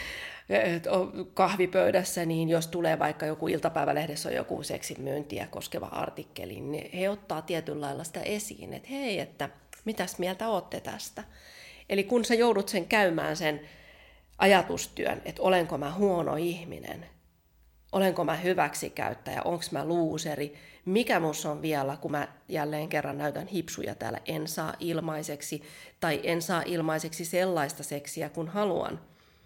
kahvipöydässä, niin jos tulee vaikka joku iltapäivälehdessä on joku seksin myyntiä koskeva artikkeli, niin he ottaa tietyllä lailla sitä esiin, että hei, että mitäs mieltä ootte tästä. Eli kun sä joudut sen käymään sen ajatustyön, että olenko mä huono ihminen, olenko mä hyväksikäyttäjä, onko mä luuseri, mikä musta on vielä, kun mä jälleen kerran näytän hipsuja täällä, en saa ilmaiseksi tai en saa ilmaiseksi sellaista seksiä kun haluan,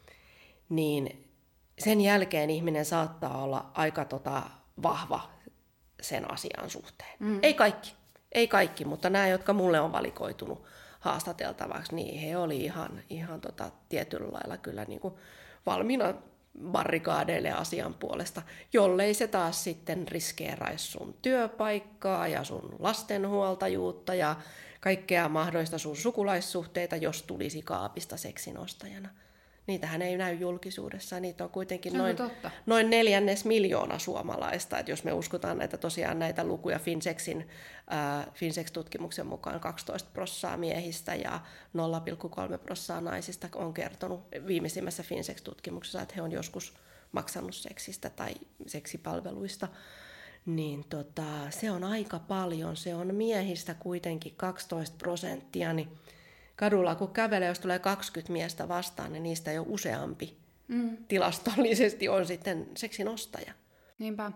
niin sen jälkeen ihminen saattaa olla aika tota vahva sen asian suhteen. Mm. Ei kaikki, ei kaikki, mutta nämä, jotka mulle on valikoitunut haastateltavaksi, niin he oli ihan, ihan tota tietyllä lailla kyllä niin kuin valmiina barrikaadeille asian puolesta, jollei se taas sitten riskeeraisi sun työpaikkaa ja sun lastenhuoltajuutta ja kaikkea mahdollista sun sukulaissuhteita, jos tulisi kaapista seksinostajana. Niitähän ei näy julkisuudessa. Niitä on kuitenkin on noin, totta. noin neljännes miljoona suomalaista. Et jos me uskotaan näitä, tosiaan näitä lukuja Finsexin, äh, Finsex-tutkimuksen mukaan kaksitoista prosenttia miehistä ja nolla pilkku kolme prosenttia naisista on kertonut viimeisimmässä Finsex-tutkimuksessa, että he on joskus maksanut seksistä tai seksipalveluista. Niin tota, se on aika paljon. Se on miehistä kuitenkin kaksitoista prosenttia, niin kadulla kun kävelee, jos tulee kaksikymmentä miestä vastaan, niin niistä jo useampi mm. tilastollisesti on sitten seksin ostaja. Niinpä.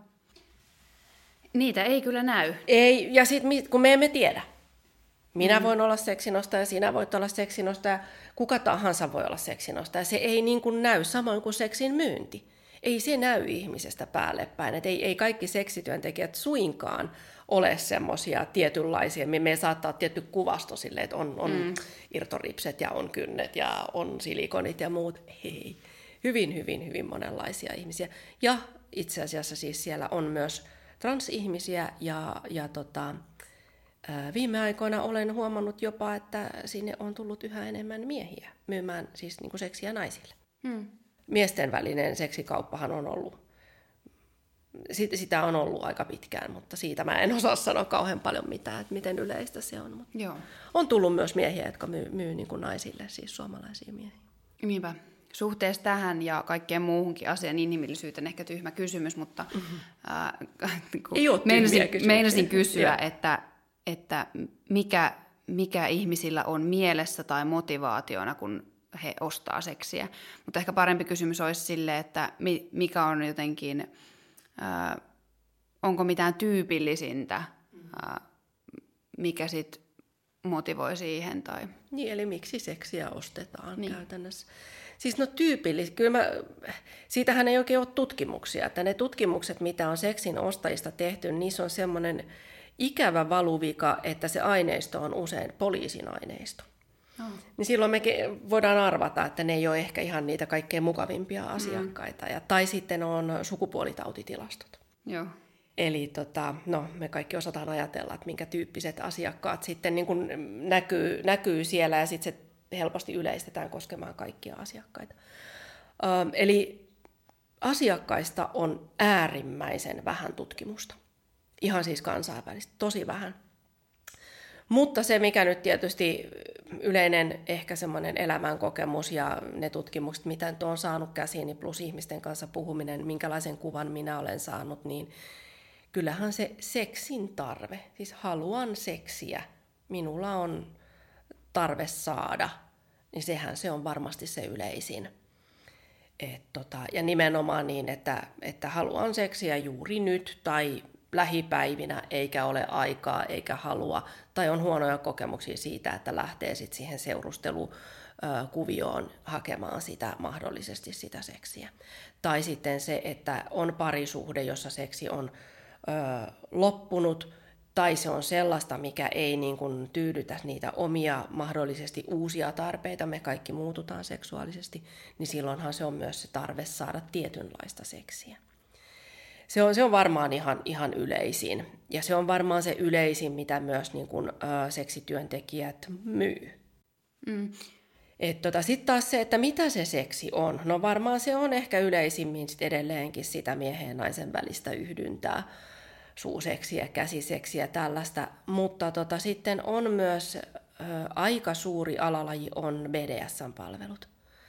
Niitä ei kyllä näy. Ei, ja sitten kun me emme tiedä. Minä mm. voin olla seksinostaja, sinä voit olla seksinostaja, kuka tahansa voi olla seksinostaja. Se ei niin kuin näy, samoin kuin seksin myynti. Ei se näy ihmisestä päälle päin. Et ei, ei kaikki seksityöntekijät suinkaan ole semmoisia tietynlaisia. Me, me saattaa olla tietty kuvasto sille, että on, on mm. irtoripset ja on kynnet ja on silikonit ja muut. Ei. Hyvin, hyvin, hyvin monenlaisia ihmisiä. Ja itse asiassa siis siellä on myös transihmisiä ja, ja tota, ää, viime aikoina olen huomannut jopa, että sinne on tullut yhä enemmän miehiä myymään siis niin kuin seksiä naisille. Mm. Miesten välinen seksikauppahan on ollut, sitä on ollut aika pitkään, mutta siitä mä en osaa sanoa kauhean paljon mitään, että miten yleistä se on. Mutta Joo. On tullut myös miehiä, jotka myy, myy niin kuin naisille, siis suomalaisia miehiä. Niinpä. Suhteessa tähän ja kaikkeen muuhunkin asian inhimillisyyteen ehkä tyhmä kysymys, mutta mm-hmm. ää, meinasin, meinasin kysyä, että, että mikä, mikä ihmisillä on mielessä tai motivaationa, kun he ostaa seksiä. Mutta ehkä parempi kysymys olisi sille, että mikä on jotenkin, ää, onko mitään tyypillisintä, ää, mikä sit motivoi siihen. Tai... Niin, eli miksi seksiä ostetaan niin. Käytännössä. Siis no tyypillisesti, kyllä mä, siitähän ei oikein ole tutkimuksia, että ne tutkimukset, mitä on seksin ostajista tehty, niissä on semmoinen ikävä valuvika, että se aineisto on usein poliisin aineisto. Oh. Niin silloin me voidaan arvata, että ne ei ole ehkä ihan niitä kaikkein mukavimpia asiakkaita. Mm. Ja, tai sitten on sukupuolitautitilastot. Joo. Eli tota, no, me kaikki osataan ajatella, että minkä tyyppiset asiakkaat sitten niin kuin näkyy, näkyy siellä ja sitten se helposti yleistetään koskemaan kaikkia asiakkaita. Ähm, eli asiakkaista on äärimmäisen vähän tutkimusta. Ihan siis kansainvälisesti, tosi vähän. Mutta se, mikä nyt tietysti yleinen ehkä semmoinen elämänkokemus ja ne tutkimukset, mitä nyt olen saanut käsiini, plus ihmisten kanssa puhuminen, minkälaisen kuvan minä olen saanut, niin kyllähän se seksin tarve, siis haluan seksiä, minulla on tarve saada, niin sehän se on varmasti se yleisin. Et tota, ja nimenomaan niin, että, että haluan seksiä juuri nyt tai lähipäivinä, eikä ole aikaa eikä halua, tai on huonoja kokemuksia siitä, että lähtee sitten siihen seurustelukuvioon hakemaan sitä mahdollisesti sitä seksiä. Tai sitten se, että on parisuhde, jossa seksi on ö, loppunut, tai se on sellaista, mikä ei niin kuin tyydytä niitä omia mahdollisesti uusia tarpeita, me kaikki muututaan seksuaalisesti, niin silloinhan se on myös se tarve saada tietynlaista seksiä. Se on, se on varmaan ihan, ihan yleisin, ja se on varmaan se yleisin, mitä myös niin kuin, ä, seksityöntekijät myy. Mm. Tota, sitten taas se, että mitä se seksi on, no varmaan se on ehkä yleisimmin sit edelleenkin sitä miehen ja naisen välistä yhdyntää, suuseksiä, käsiseksiä, tällaista, mutta tota, sitten on myös ä, aika suuri alalaji on B D S M-palvelut.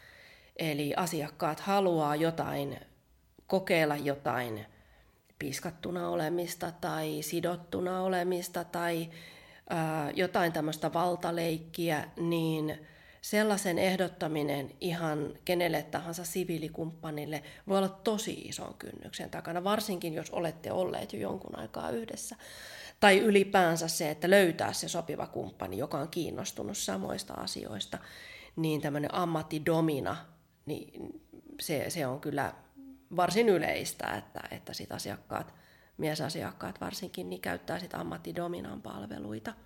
Eli asiakkaat haluaa jotain, kokeilla jotain piiskattuna olemista tai sidottuna olemista tai ää, jotain tämmöistä valtaleikkiä, niin sellaisen ehdottaminen ihan kenelle tahansa siviilikumppanille voi olla tosi ison kynnyksen takana, varsinkin jos olette olleet jo jonkun aikaa yhdessä. Tai ylipäänsä se, että löytää se sopiva kumppani, joka on kiinnostunut samoista asioista, niin tämmöinen ammattidomina, niin se, se on kyllä varsin yleistä, että, että sit asiakkaat, miesasiakkaat varsinkin, niin käyttää sit ammattidominan palveluita.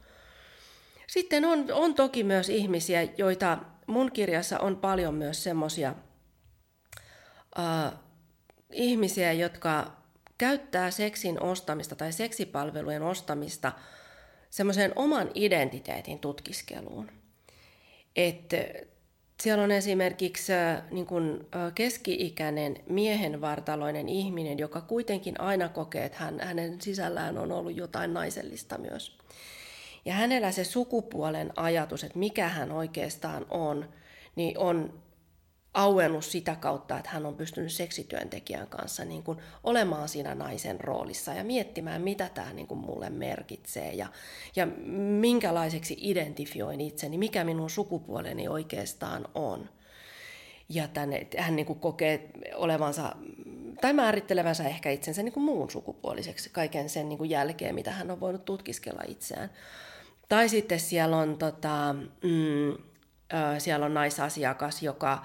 Sitten on, on toki myös ihmisiä, joita mun kirjassa on paljon myös semmoisia äh, ihmisiä, jotka käyttää seksin ostamista tai seksipalvelujen ostamista semmoiseen oman identiteetin tutkiskeluun. Että Siellä on esimerkiksi niin kuin keski-ikäinen miehenvartaloinen ihminen, joka kuitenkin aina kokee, että hän, hänen sisällään on ollut jotain naisellista myös. Ja hänellä se sukupuolen ajatus, että mikä hän oikeastaan on, niin on auennut sitä kautta, että hän on pystynyt seksityöntekijän kanssa niin kuin olemaan siinä naisen roolissa ja miettimään, mitä tämä niin kuin mulle merkitsee ja, ja minkälaiseksi identifioin itseni, mikä minun sukupuoleni oikeastaan on. Ja tänne, hän niin kuin kokee olevansa tai määrittelevänsä ehkä itsensä niin kuin muun sukupuoliseksi kaiken sen niin kuin jälkeen, mitä hän on voinut tutkiskella itseään. Tai sitten siellä on, tota, mm, äh, siellä on naisasiakas, joka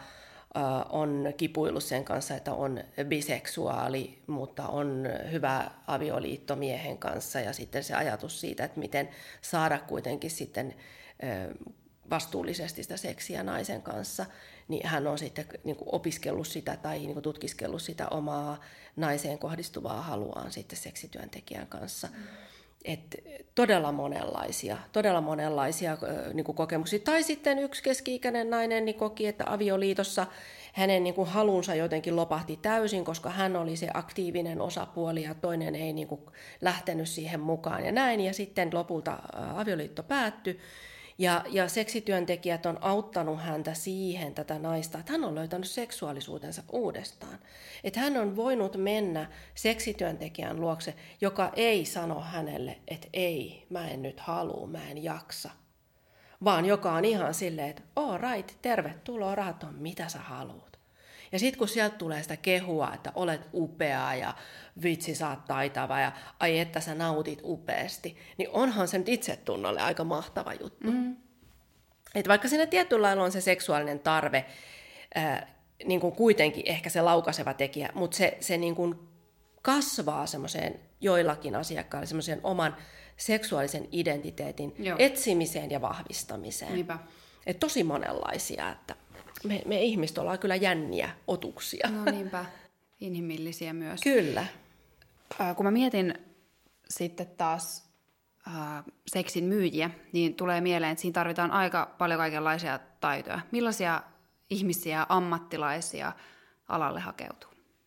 on kipuillut sen kanssa, että on biseksuaali, mutta on hyvä avioliitto miehen kanssa ja sitten se ajatus siitä, että miten saada kuitenkin sitten vastuullisesti sitä seksiä naisen kanssa, niin hän on sitten niin kuin opiskellut sitä tai niin kuin tutkiskellut sitä omaa naiseen kohdistuvaa haluaan sitten seksityöntekijän kanssa. Mm. Et todella monenlaisia, todella monenlaisia niin kuin kokemuksia. Tai sitten yksi keski-ikäinen nainen niin koki, että avioliitossa hänen niin kuin halunsa jotenkin lopahti täysin, koska hän oli se aktiivinen osapuoli ja toinen ei niin kuin lähtenyt siihen mukaan ja näin. Ja sitten lopulta avioliitto päättyi. Ja, ja seksityöntekijät on auttanut häntä siihen, tätä naista, että hän on löytänyt seksuaalisuutensa uudestaan. Että hän on voinut mennä seksityöntekijän luokse, joka ei sano hänelle, että ei, mä en nyt halua, mä en jaksa. Vaan joka on ihan silleen, että all right, tervetuloa, rahat on mitä sä haluat. Ja sitten kun sieltä tulee sitä kehua, että olet upea ja vitsi sä oot taitava ja ai että sä nautit upeasti, niin onhan se nyt itsetunnolle aika mahtava juttu. Mm. Että vaikka siinä tietyllä lailla on se seksuaalinen tarve, ää, niin kuin kuitenkin ehkä se laukaiseva tekijä, mutta se, se niin kuin kasvaa semmoiseen joillakin asiakkaille semmoisen oman seksuaalisen identiteetin Joo. etsimiseen ja vahvistamiseen. Niinpä. Et tosi monenlaisia, että me, me ihmiset ollaan kyllä jänniä otuksia. No niinpä, inhimillisiä myös. Kyllä. Äh, kun mä mietin sitten taas äh, seksin myyjiä, niin tulee mieleen, että siinä tarvitaan aika paljon kaikenlaisia taitoja. Millaisia ihmisiä, ammattilaisia alalle hakeutuu?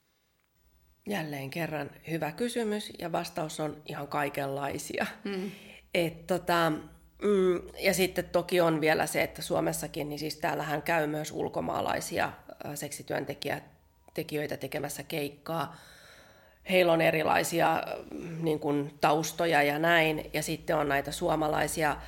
Jälleen kerran hyvä kysymys ja vastaus on ihan kaikenlaisia. Mm. Et, tota, mm, ja sitten toki on vielä se, että Suomessakin, niin siis täällähän käy myös ulkomaalaisia äh, seksityöntekijöitä tekemässä keikkaa. Heillä on erilaisia äh, niin kuin taustoja ja näin, ja sitten on näitä suomalaisia.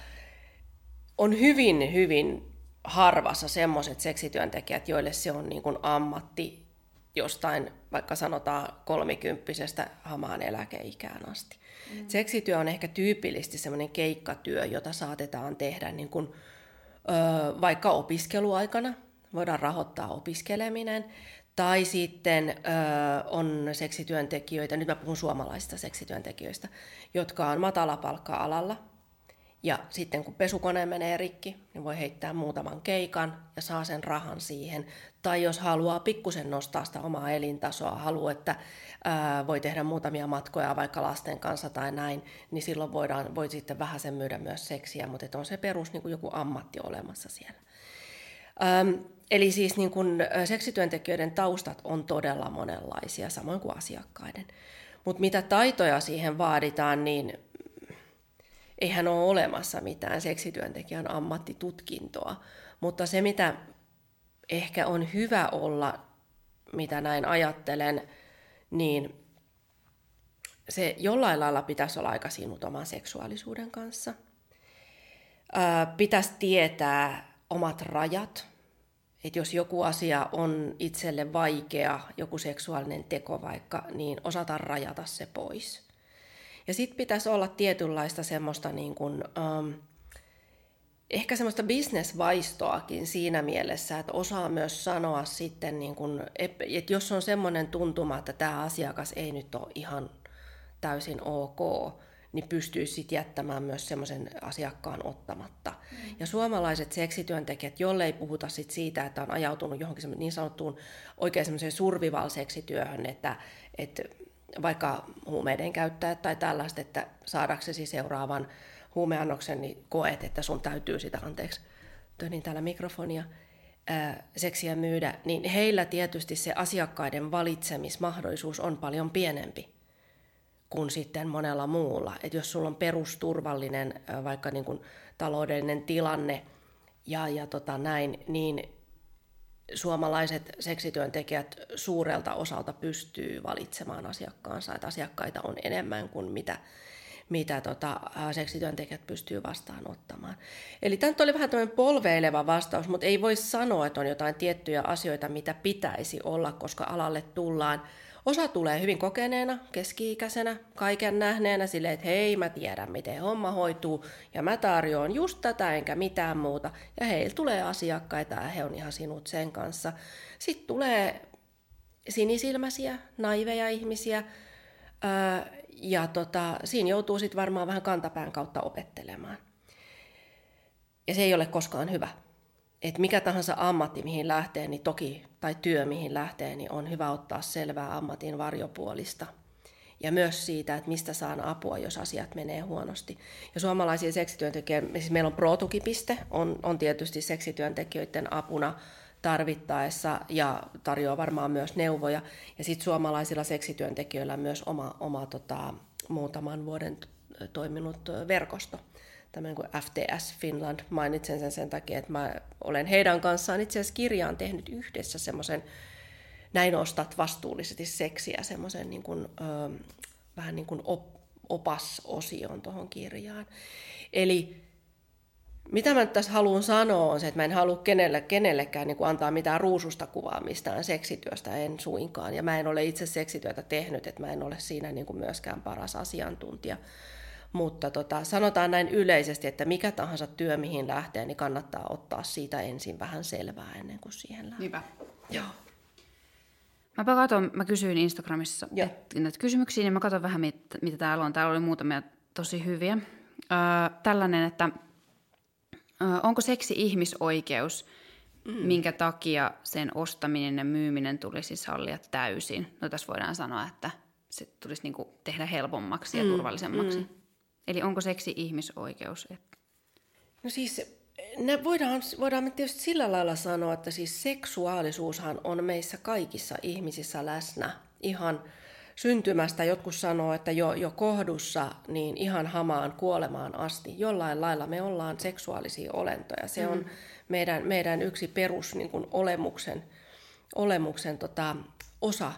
On hyvin, hyvin harvassa semmoiset seksityöntekijät, joille se on niin kuin ammatti, jostain, vaikka sanotaan kolmikymppisestä hamaan eläkeikään asti. Mm. Seksityö on ehkä tyypillisesti semmoinen keikkatyö, jota saatetaan tehdä niin kuin, ö, vaikka opiskeluaikana, voidaan rahoittaa opiskeleminen, tai sitten ö, on seksityöntekijöitä, nyt mä puhun suomalaisista seksityöntekijöistä, jotka on matalapalkka-alalla, ja sitten kun pesukone menee rikki, niin voi heittää muutaman keikan ja saa sen rahan siihen. Tai jos haluaa pikkusen nostaa sitä omaa elintasoa, haluaa, että ää, voi tehdä muutamia matkoja vaikka lasten kanssa tai näin, niin silloin voidaan, voi sitten vähän sen myydä myös seksiä, mutta on se perus niin kuin joku ammatti olemassa siellä. Ähm, eli siis niin kuin, seksityöntekijöiden taustat on todella monenlaisia, samoin kuin asiakkaiden. Mutta mitä taitoja siihen vaaditaan, niin eihän ole olemassa mitään seksityöntekijän ammattitutkintoa, mutta se mitä ehkä on hyvä olla, mitä näin ajattelen, niin se jollain lailla pitäisi olla aika sinut oman seksuaalisuuden kanssa. Ää, pitäisi tietää omat rajat, että jos joku asia on itselle vaikea, joku seksuaalinen teko vaikka, niin osata rajata se pois. Ja sitten pitäisi olla tietynlaista semmoista, niin kuin, ähm, ehkä semmoista bisnesvaistoakin siinä mielessä, että osaa myös sanoa sitten, niin kuin, että jos on semmoinen tuntuma, että tämä asiakas ei nyt ole ihan täysin ok, niin pystyy sitten jättämään myös semmoisen asiakkaan ottamatta. Mm. Ja suomalaiset seksityöntekijät, jollei puhuta sit siitä, että on ajautunut johonkin niin sanottuun oikein semmoiseen survival-seksityöhön, että, että vaikka huumeiden käyttäjät tai tällaista, että saadaksesi seuraavan huumeannoksen, niin koet, että sun täytyy sitä, anteeksi, tönin täällä mikrofonia, ää, seksiä myydä, niin heillä tietysti se asiakkaiden valitsemismahdollisuus on paljon pienempi kuin sitten monella muulla. Et jos sulla on perusturvallinen ää, vaikka niin kuin taloudellinen tilanne ja, ja tota näin, niin suomalaiset seksityöntekijät suurelta osalta pystyy valitsemaan asiakkaansa, että asiakkaita on enemmän kuin mitä, mitä tota, seksityöntekijät pystyy vastaanottamaan. Eli tämä oli vähän tämmöinen polveileva vastaus, mutta ei voi sanoa, että on jotain tiettyjä asioita, mitä pitäisi olla, koska alalle tullaan. Osa tulee hyvin kokeneena, keski-ikäisenä, kaiken nähneenä silleen, että hei, mä tiedän, miten homma hoituu, ja mä tarjoan just tätä enkä mitään muuta. Ja heillä tulee asiakkaita, ja he on ihan sinut sen kanssa. Sitten tulee sinisilmäisiä, naiveja ihmisiä, ja tota, siinä joutuu sitten varmaan vähän kantapään kautta opettelemaan. Ja se ei ole koskaan hyvä. Et mikä tahansa ammatti, mihin lähtee, niin toki, tai työ, mihin lähtee, niin on hyvä ottaa selvää ammatin varjopuolista. Ja myös siitä, että mistä saan apua, jos asiat menee huonosti. Ja suomalaisia seksityöntekijöitä, siis meillä on Pro-tukipiste, on, on tietysti seksityöntekijöiden apuna tarvittaessa ja tarjoaa varmaan myös neuvoja. Ja sitten suomalaisilla seksityöntekijöillä on myös oma, oma tota, muutaman vuoden toiminut verkosto. Tämmöinen kuin F T S Finland, mainitsen sen sen takia, että mä olen heidän kanssaan itse asiassa kirjaan tehnyt yhdessä semmoisen näin ostat vastuullisesti seksiä, semmoisen niin kuin, ö, vähän niin kuin op, opasosion tuohon kirjaan. Eli mitä mä nyt tässä haluan sanoa on se, että mä en halua kenelle, kenellekään niin kuin antaa mitään ruususta kuvaa mistään seksityöstä, en suinkaan. Ja mä en ole itse seksityötä tehnyt, että mä en ole siinä niin kuin myöskään paras asiantuntija. Mutta tota, sanotaan näin yleisesti, että mikä tahansa työ, mihin lähtee, niin kannattaa ottaa siitä ensin vähän selvää ennen kuin siihen lähtee. Niinpä. Joo. Mäpä katon, mä kysyin Instagramissa et, näitä kysymyksiä, niin mä katson vähän, mit, mitä täällä on. Täällä oli muutamia tosi hyviä. Öö, tällainen, että öö, onko seksi ihmisoikeus, mm. minkä takia sen ostaminen ja myyminen tulisi sallia täysin? No tässä voidaan sanoa, että se tulisi niinku tehdä helpommaksi ja mm. turvallisemmaksi. Mm. Eli onko seksi ihmisoikeus? No siis ne voidaan, voidaan tietysti sillä lailla sanoa, että siis seksuaalisuushan on meissä kaikissa ihmisissä läsnä ihan syntymästä. Jotkut sanoo, että jo, jo kohdussa niin ihan hamaan kuolemaan asti. Jollain lailla me ollaan seksuaalisia olentoja. Se on mm. meidän, meidän yksi perus niin kuin olemuksen, olemuksen tota, osa.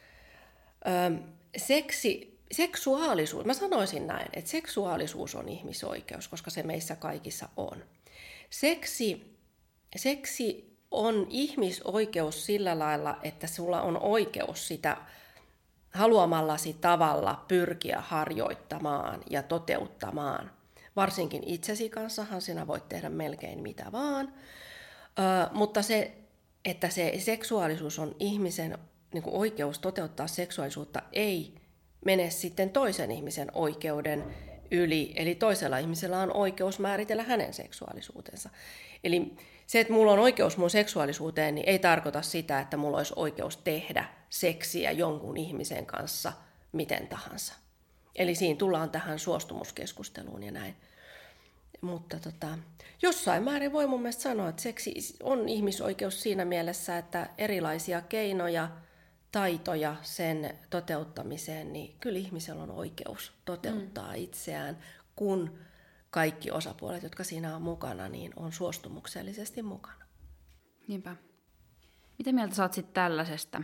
Öm, seksi... Seksuaalisuus, mä sanoisin näin, että seksuaalisuus on ihmisoikeus, koska se meissä kaikissa on. Seksi, seksi on ihmisoikeus sillä lailla, että sulla on oikeus sitä haluamallasi tavalla pyrkiä harjoittamaan ja toteuttamaan. Varsinkin itsesi kanssahan sinä voit tehdä melkein mitä vaan, Ö, mutta se, että se seksuaalisuus on ihmisen niin kuin oikeus toteuttaa seksuaalisuutta, ei mene sitten toisen ihmisen oikeuden yli, eli toisella ihmisellä on oikeus määritellä hänen seksuaalisuutensa. Eli se, että mulla on oikeus mun seksuaalisuuteen, niin ei tarkoita sitä, että mulla olisi oikeus tehdä seksiä jonkun ihmisen kanssa miten tahansa. Eli siinä tullaan tähän suostumuskeskusteluun ja näin. Mutta tota, jossain määrin voi mun mielestä sanoa, että seksi on ihmisoikeus siinä mielessä, että erilaisia keinoja, taitoja sen toteuttamiseen, niin kyllä ihmisellä on oikeus toteuttaa mm. itseään, kun kaikki osapuolet, jotka siinä on mukana, niin on suostumuksellisesti mukana. Niinpä. Mitä mieltä sä oot sitten tällaisesta?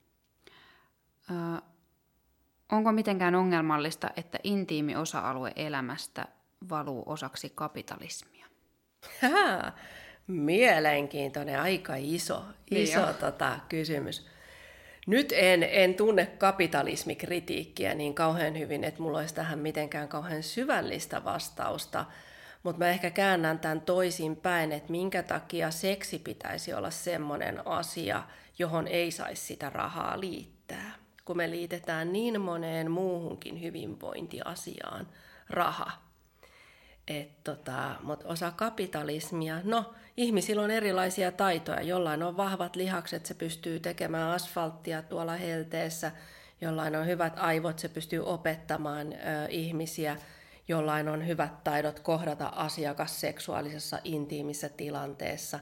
Ö, onko mitenkään ongelmallista, että intiimi osa-alue elämästä valuu osaksi kapitalismia? Hää, mielenkiintoinen, aika iso, iso niin tota, kysymys. Nyt en, en tunne kapitalismikritiikkiä niin kauhean hyvin, että mulla olisi tähän mitenkään kauhean syvällistä vastausta, mutta mä ehkä käännän tämän toisinpäin, että minkä takia seksi pitäisi olla semmoinen asia, johon ei saisi sitä rahaa liittää, kun me liitetään niin moneen muuhunkin hyvinvointiasiaan raha. Et tota, mutta osa kapitalismia, no ihmisillä on erilaisia taitoja, jollain on vahvat lihakset, se pystyy tekemään asfalttia tuolla helteessä, jollain on hyvät aivot, se pystyy opettamaan ö, ihmisiä, jollain on hyvät taidot kohdata asiakas seksuaalisessa intiimissä tilanteessa.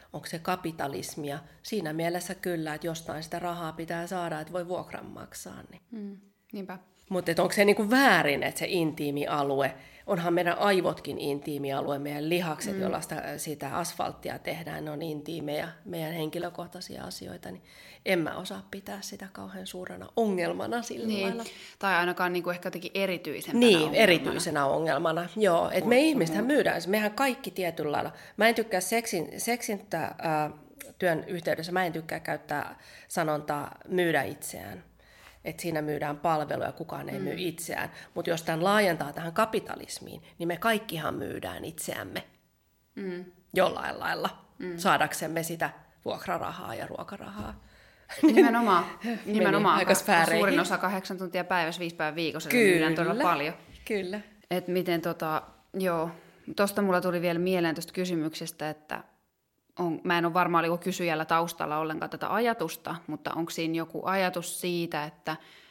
onko se kapitalismia. Siinä mielessä kyllä, että jostain sitä rahaa pitää saada, että voi vuokran maksaa. Niin. Mm, niinpä. Mutta onko se niinku väärin, että se intiimi alue, onhan meidän aivotkin intiimi alue, meidän lihakset, mm. joilla sitä, sitä asfalttia tehdään, ne on intiimejä, meidän henkilökohtaisia asioita, niin en mä osaa pitää sitä kauhean suurena ongelmana sillä niin. lailla. Tai ainakaan niinku ehkä jotenkin erityisenä Niin, ongelmana. erityisenä ongelmana, joo. Et me ihmisethän myydään, mehän kaikki tietyllä lailla. Mä en tykkää seksin, seksintä äh, työn yhteydessä, mä en tykkää käyttää sanontaa myydä itseään. Että siinä myydään palveluja, kukaan ei mm. myy itseään. Mutta jos tämän laajentaa tähän kapitalismiin, niin me kaikkihan myydään itseämme mm. jollain lailla, mm. saadaksemme sitä vuokrarahaa ja ruokarahaa. Nimenomaan, nimenomaan aika suurin osa kahdeksan tuntia päivässä, viisi päivän viikossa, kyllä, myydään todella paljon. Kyllä. Et miten tota, joo, tuosta mulla tuli vielä mieleen tuosta kysymyksestä, että on, mä en ole varma, oliko kysyjällä taustalla ollenkaan tätä ajatusta, mutta onko siinä joku ajatus siitä, että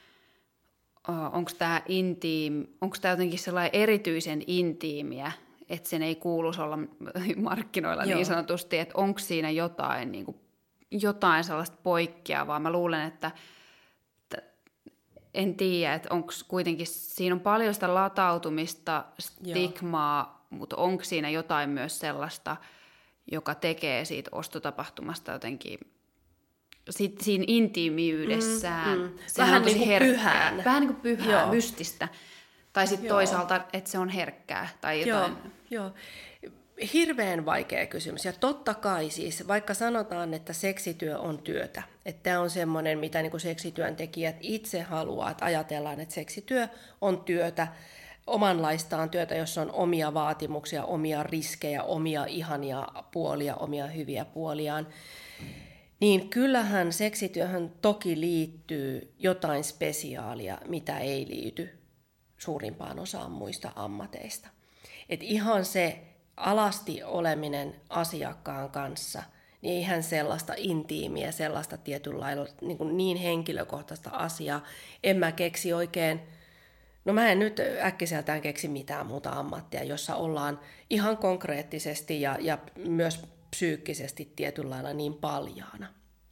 onko tämä intiim, onko tämä jotenkin sellainen erityisen intiimiä, että sen ei kuuluisi olla markkinoilla Joo. niin sanotusti, että onko siinä jotain, niin kuin, jotain sellaista poikkeavaa. Mä luulen, että, että en tiedä, että onko kuitenkin, siinä on paljon sitä latautumista, stigmaa, Joo. mutta onko siinä jotain myös sellaista, joka tekee siitä ostotapahtumasta jotenkin sit, siinä intiimiydessään. Mm, mm. Vähän niin kuin pyhää. Vähän niin kuin pyhää, Joo. mystistä. Tai sitten toisaalta, että se on herkkää tai jotain. Joo, Joo. Hirveän vaikea kysymys. Ja totta kai siis, vaikka sanotaan, että seksityö on työtä, että tämä on semmoinen, mitä niin kuin seksityöntekijät itse haluaa, että ajatellaan, että seksityö on työtä, omanlaistaan työtä, jossa on omia vaatimuksia, omia riskejä, omia ihania puolia, omia hyviä puoliaan, niin kyllähän seksityöhön toki liittyy jotain spesiaalia, mitä ei liity suurimpaan osaan muista ammateista. Et ihan se alasti oleminen asiakkaan kanssa, niin eihän sellaista intiimiä, sellaista tietynlailla niin, kuin niin henkilökohtaista asiaa, en mä keksi oikein. No mä en nyt äkkiseltään keksi mitään muuta ammattia, jossa ollaan ihan konkreettisesti ja, ja myös psyykkisesti tietyllä lailla niin paljaana.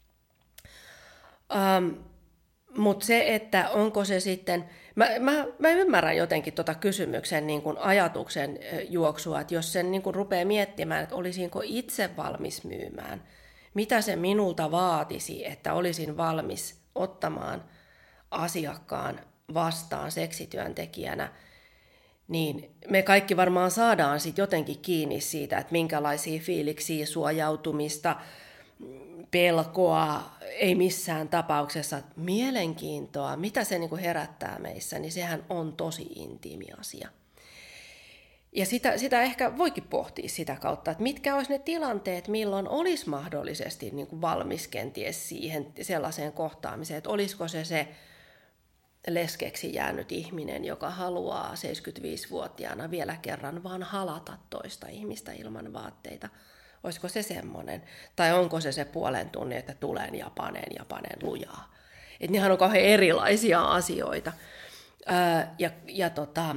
Um, Mutta se, että onko se sitten, mä, mä, mä ymmärrän jotenkin tuota kysymyksen niin kuin ajatuksen juoksua, että jos sen niin kuin rupeaa miettimään, että olisinko itse valmis myymään, mitä se minulta vaatisi, että olisin valmis ottamaan asiakkaan vastaan seksityöntekijänä, niin me kaikki varmaan saadaan sitten jotenkin kiinni siitä, että minkälaisia fiiliksiä, suojautumista, pelkoa, ei missään tapauksessa mielenkiintoa, mitä se niinku herättää meissä, niin sehän on tosi intiimi asia. Ja sitä, sitä ehkä voikin pohtia sitä kautta, että mitkä olisi ne tilanteet, milloin olisi mahdollisesti niinku valmis kenties siihen sellaiseen kohtaamiseen, että olisiko se se leskeksi jäänyt ihminen, joka haluaa seitsemänkymmentäviisivuotiaana vielä kerran vaan halata toista ihmistä ilman vaatteita. Olisiko se semmoinen? Tai onko se se puolen tunnin, että tulen ja panen ja panen lujaa? Että nehän on kauhean erilaisia asioita. Öö, ja ja tota,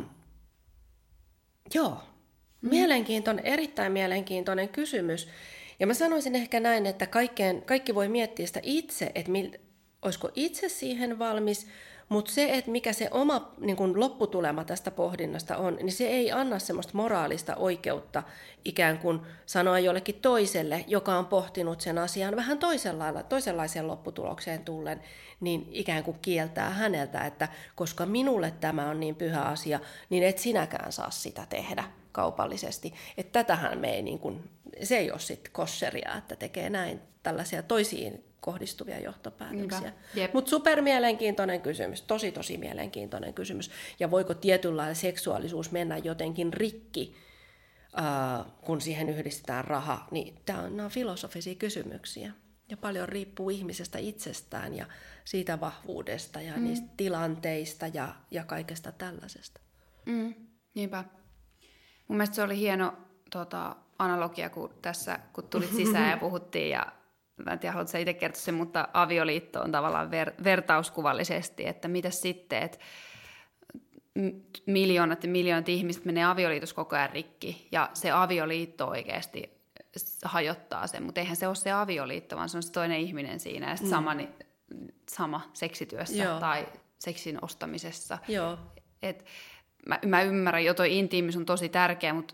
joo, mm. mielenkiintoinen, erittäin mielenkiintoinen kysymys. Ja mä sanoisin ehkä näin, että kaikkeen, kaikki voi miettiä sitä itse, että mil, olisiko itse siihen valmis, mutta se, että mikä se oma niin kun lopputulema tästä pohdinnasta on, niin se ei anna semmoista moraalista oikeutta ikään kuin sanoa jollekin toiselle, joka on pohtinut sen asian vähän toisenlaiseen lopputulokseen tullen, niin ikään kuin kieltää häneltä, että koska minulle tämä on niin pyhä asia, niin et sinäkään saa sitä tehdä kaupallisesti. Että tätähän me ei, niin kuin, se ei ole sitten kosseria, että tekee näin tällaisia toisiin kohdistuvia johtopäätöksiä. Mutta supermielenkiintoinen kysymys, tosi tosi mielenkiintoinen kysymys. Ja voiko tietynlainen seksuaalisuus mennä jotenkin rikki, äh, kun siihen yhdistetään raha, niin tämä on, nämä on filosofisia kysymyksiä. Ja paljon riippuu ihmisestä itsestään ja siitä vahvuudesta ja mm. niistä tilanteista ja, ja kaikesta tällaisesta. Mm, niinpä. Mun mielestä se oli hieno tota, analogia, kun tässä kun tulit sisään ja puhuttiin ja mä en tiedä, haluatko sä itse kertoa sen, mutta avioliitto on tavallaan ver- vertauskuvallisesti, että mitä sitten, että miljoonat ja miljoonat ihmiset menee avioliitos koko ajan rikki, ja se avioliitto oikeasti hajottaa sen, mutta eihän se ole se avioliitto, vaan se on se toinen ihminen siinä ja sitten mm. sama, niin, sama seksityössä Joo. tai seksin ostamisessa. Joo. Et mä, mä ymmärrän, jo toi intiimis on tosi tärkeä, mutta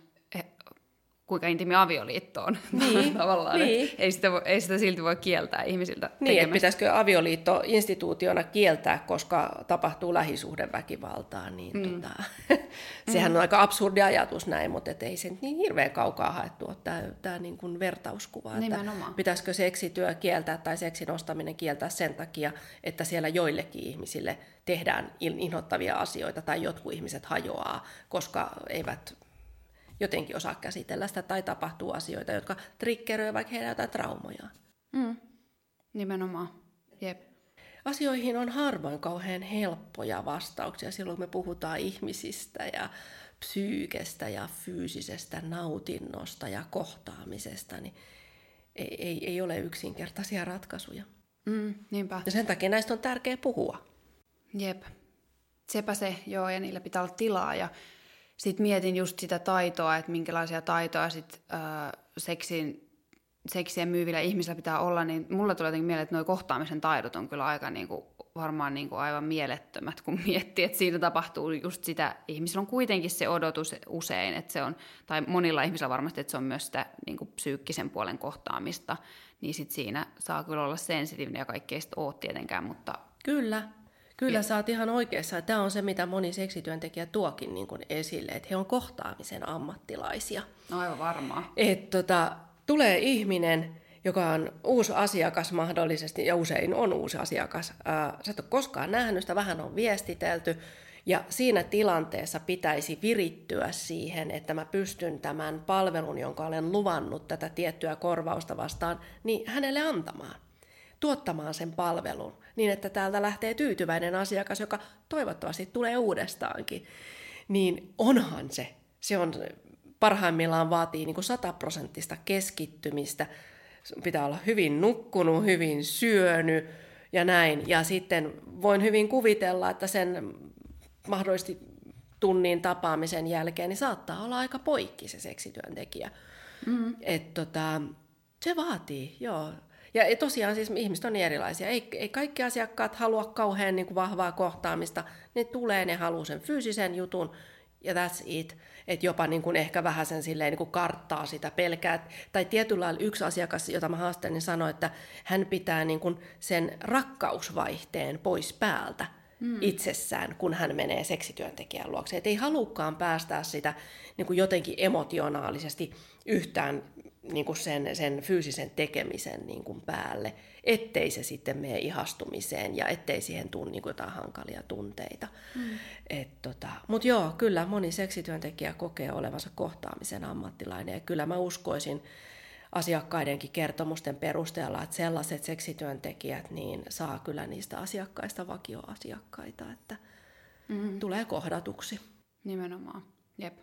kuinka intiimi avioliitto on niin, tavallaan. Niin. Ei, sitä voi, ei sitä silti voi kieltää ihmisiltä Niin, että pitäisikö avioliitto instituutiona kieltää, koska tapahtuu lähisuhdeväkivaltaa, niin mm. tota, sehän mm. on aika absurdi ajatus näin, mutta et ei se niin hirveän kaukaa haettu ole tämä, tämä niin kuin vertauskuva. Nimenomaan. Että pitäisikö seksityö kieltää tai seksin ostaminen kieltää sen takia, että siellä joillekin ihmisille tehdään inhottavia asioita tai jotkut ihmiset hajoaa, koska eivät jotenkin osaa käsitellä sitä tai tapahtuu asioita, jotka triggeröivät vaikka heidän jotain traumoja. Mm. Nimenomaan. Jep. Asioihin on harvoin kauhean helppoja vastauksia silloin, kun me puhutaan ihmisistä ja psyykestä ja fyysisestä nautinnosta ja kohtaamisesta, niin ei, ei, ei ole yksinkertaisia ratkaisuja. Mm, niinpä. Ja sen takia näistä on tärkeää puhua. Jep. Sepä se, joo, ja niillä pitää olla tilaa. Ja sitten mietin just sitä taitoa, että minkälaisia taitoja sit, äh, seksin, seksiä myyvillä ihmisillä pitää olla, niin mulla tulee jotenkin mieleen, että nuo kohtaamisen taidot on kyllä aika niinku, varmaan niinku aivan mielettömät, kun miettii, että siinä tapahtuu just sitä, ihmisillä on kuitenkin se odotus usein, että se on, tai monilla ihmisillä varmasti, että se on myös sitä niinku psyykkisen puolen kohtaamista, niin sit siinä saa kyllä olla sensitiivinen ja kaikkea sitä oot tietenkään, mutta Kyllä. Kyllä sä oot ihan oikeassa. Tämä on se, mitä moni seksityöntekijä tuokin niin kuin esille, että he on kohtaamisen ammattilaisia. No aivan varmaa. Että tota, tulee ihminen, joka on uusi asiakas mahdollisesti, ja usein on uusi asiakas. Ää, sä et ole koskaan nähnyt sitä, vähän on viestitelty, ja siinä tilanteessa pitäisi virittyä siihen, että mä pystyn tämän palvelun, jonka olen luvannut tätä tiettyä korvausta vastaan, niin hänelle antamaan. Tuottamaan sen palvelun niin, että täältä lähtee tyytyväinen asiakas, joka toivottavasti tulee uudestaankin. Niin onhan se. Se on parhaimmillaan vaatii niin kuin sataprosenttista keskittymistä. Pitää olla hyvin nukkunut, hyvin syönyt ja näin. Ja sitten voin hyvin kuvitella, että sen mahdollisesti tunnin tapaamisen jälkeen niin saattaa olla aika poikki se seksityöntekijä. Mm-hmm. Et tota, se vaatii, joo. Ja tosiaan siis ihmiset on niin erilaisia. Ei, ei kaikki asiakkaat halua kauhean niin kuin vahvaa kohtaamista. Ne tulee, ne haluaa sen fyysisen jutun ja that's it. Että jopa niin kuin ehkä vähän sen silleen niin kuin karttaa sitä pelkää. Tai tietyllä lailla yksi asiakas, jota mä haastelin, sanoi, että hän pitää niin kuin sen rakkausvaihteen pois päältä mm. itsessään, kun hän menee seksityöntekijän luokse. Että ei halukkaan päästää sitä niin kuin jotenkin emotionaalisesti yhtään niin kuin sen, sen fyysisen tekemisen niin kuin päälle, ettei se sitten mene ihastumiseen ja ettei siihen tule niin kuin jotain hankalia tunteita. Mm. Tota, mutta joo, kyllä moni seksityöntekijä kokee olevansa kohtaamisen ammattilainen ja kyllä mä uskoisin asiakkaidenkin kertomusten perusteella, että sellaiset seksityöntekijät niin saa kyllä niistä asiakkaista vakioasiakkaita, että mm. tulee kohdatuksi. Nimenomaan, jep.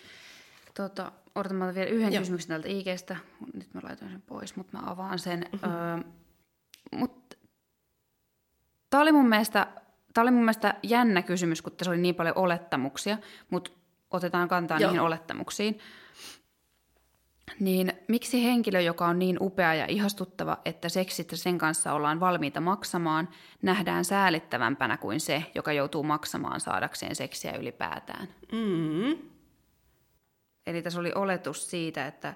Tota, odotan, mä otan vielä yhden Joo. kysymyksen täältä I G:stä. Nyt mä laitoin sen pois, mutta mä avaan sen. Mm-hmm. Öö, mut, tää oli mun mielestä, tää oli mun mielestä jännä kysymys, kun tässä oli niin paljon olettamuksia, mutta otetaan kantaa Joo. niihin olettamuksiin. Niin miksi henkilö, joka on niin upea ja ihastuttava, että seksit sen kanssa ollaan valmiita maksamaan, nähdään säälittävämpänä kuin se, joka joutuu maksamaan saadakseen seksiä ylipäätään? Mm-hmm. Eli tässä oli oletus siitä, että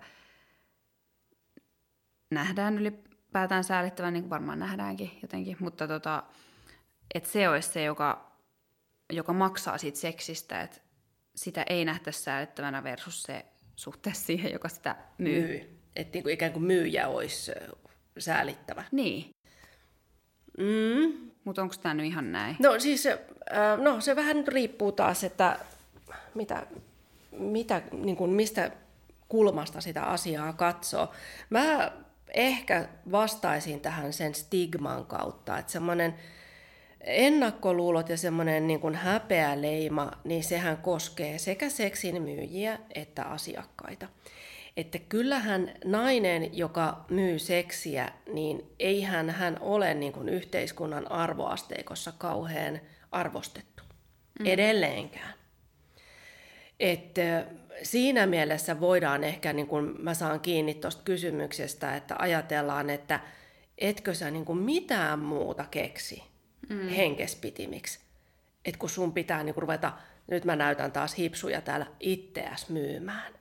nähdään ylipäätään säälittävän, niin kuin varmaan nähdäänkin jotenkin, mutta tota, että se olisi se, joka, joka maksaa siitä seksistä, että sitä ei nähtäisi säälittävänä versus se suhteessa siihen, joka sitä myy. myy. Että niin kuin ikään kuin myyjä olisi säälittävä. Niin. Mm. Mutta onko tämä nyt ihan näin? No siis äh, no, se vähän nyt riippuu taas, että mitä... Mitä, niin kuin, mistä kulmasta sitä asiaa katsoo. Mä ehkä vastaisin tähän sen stigman kautta, että semmoinen ennakkoluulot ja semmoinen niin kuin häpeäleima, niin sehän koskee sekä seksin myyjiä että asiakkaita. Että kyllähän nainen, joka myy seksiä, niin eihän hän ole niin kuin yhteiskunnan arvoasteikossa kauhean arvostettu. Mm. Edelleenkään. Että siinä mielessä voidaan ehkä, niin kuin mä saan kiinni tuosta kysymyksestä, että ajatellaan, että etkö sä niin kuin mitään muuta keksi mm. henkespitimiksi. Että kun sun pitää niin kuin ruveta, nyt mä näytän taas hipsuja täällä, itseäs myymään.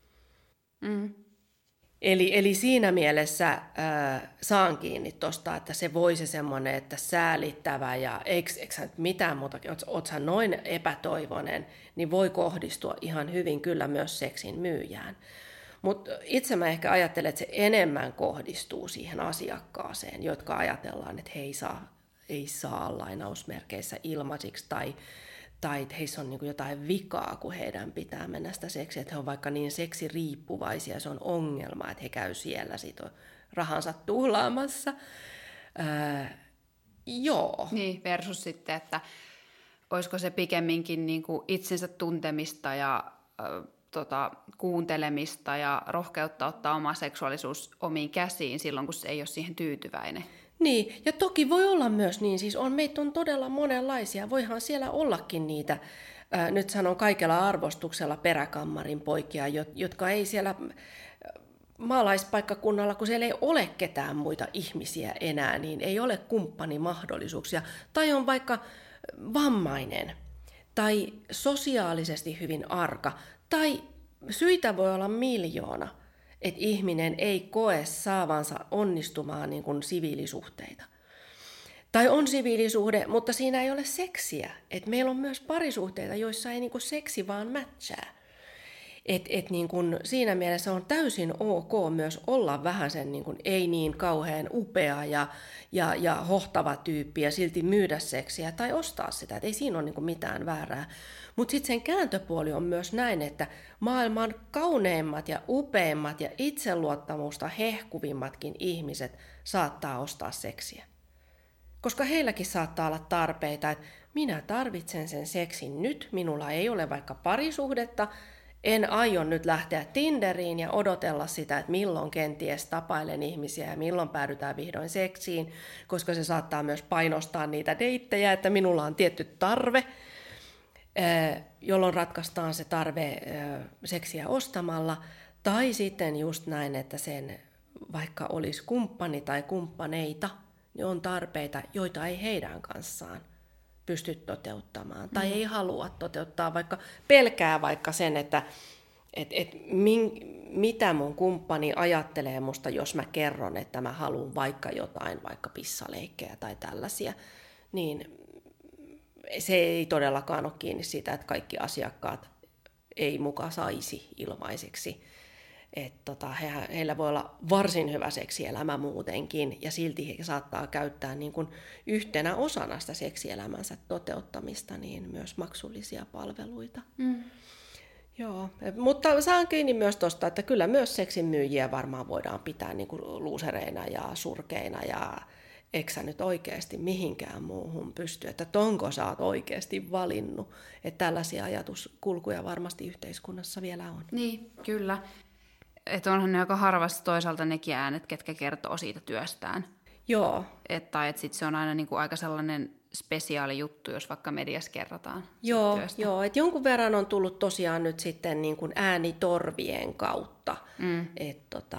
Mm. Eli, eli siinä mielessä äh, saan kiinni tuosta, että se voisi semmoinen, että säälittävä ja eikö, eikö sä mitään muuta, oot, oot sä noin epätoivoinen, niin voi kohdistua ihan hyvin kyllä myös seksin myyjään. Mutta itse mä ehkä ajattelen, että se enemmän kohdistuu siihen asiakkaaseen, jotka ajatellaan, että he ei saa, ei saa lainausmerkeissä ilmaisiksi tai tai että heissä on niin kuin jotain vikaa, kun heidän pitää mennä sitä seksiä, että he on vaikka niin seksiriippuvaisia, se on ongelma, että he käy siellä sit rahansa tuhlaamassa. Öö, joo. Niin, versus sitten, että olisiko se pikemminkin niin kuin itsensä tuntemista ja äh, tota, kuuntelemista ja rohkeutta ottaa oma seksuaalisuus omiin käsiin silloin, kun se ei ole siihen tyytyväinen. Niin, ja toki voi olla myös niin, siis on, meitä on todella monenlaisia, voihan siellä ollakin niitä, ää, nyt sanon kaikella arvostuksella peräkammarin poikia, jotka ei siellä maalaispaikkakunnalla, kun siellä ei ole ketään muita ihmisiä enää, niin ei ole kumppanimahdollisuuksia, tai on vaikka vammainen, tai sosiaalisesti hyvin arka, tai syitä voi olla miljoona, että ihminen ei koe saavansa onnistumaan niin kuin siviilisuhteita. Tai on siviilisuhde, mutta siinä ei ole seksiä. Et meillä on myös parisuhteita, joissa ei niin kuin seksi vaan matchaa. Et, et niin kuin siinä mielessä on täysin ok myös olla vähän sen niin kuin ei niin kauhean upea ja, ja, ja hohtava tyyppi ja silti myydä seksiä tai ostaa sitä. Et ei siinä ole niin kuin mitään väärää. Mutta sitten sen kääntöpuoli on myös näin, että maailman kauneimmat ja upeimmat ja itseluottamusta hehkuvimmatkin ihmiset saattaa ostaa seksiä. Koska heilläkin saattaa olla tarpeita, että minä tarvitsen sen seksin nyt, minulla ei ole vaikka parisuhdetta, en aio nyt lähteä Tinderiin ja odotella sitä, että milloin kenties tapailen ihmisiä ja milloin päädytään vihdoin seksiin, koska se saattaa myös painostaa niitä deittejä, että minulla on tietty tarve, jolloin ratkaistaan se tarve seksiä ostamalla. Tai sitten just näin, että sen vaikka olisi kumppani tai kumppaneita, niin on tarpeita, joita ei heidän kanssaan pysty toteuttamaan. Tai mm. ei halua toteuttaa, vaikka pelkää vaikka sen, että et, et min, mitä mun kumppani ajattelee musta, jos mä kerron, että mä haluan vaikka jotain, vaikka pissaleikkejä tai tällaisia. Niin se ei todellakaan ole kiinni siitä, että kaikki asiakkaat ei muka saisi ilmaiseksi. Että tota, he, heillä voi olla varsin hyvä seksielämä muutenkin, ja silti he saattaa käyttää niin kuin yhtenä osana sitä seksielämänsä toteuttamista niin myös maksullisia palveluita. Mm. Joo, mutta saan kiinni myös tuosta, että kyllä myös seksin myyjiä varmaan voidaan pitää niin kuin luusereina ja surkeina ja eikö sä nyt oikeasti mihinkään muuhun pysty, että tonko sä oot oikeasti valinnut, että tällaisia ajatuskulkuja varmasti yhteiskunnassa vielä on. Niin, kyllä. Että onhan ne aika harvassa toisaalta nekin äänet, ketkä kertoo siitä työstään. Joo. Et, tai että sitten se on aina niinku aika sellainen spesiaali juttu, jos vaikka mediassa kerrotaan. Joo, joo. Et jonkun verran on tullut tosiaan nyt sitten niin kuin äänitorvien kautta. Mm. Että tota,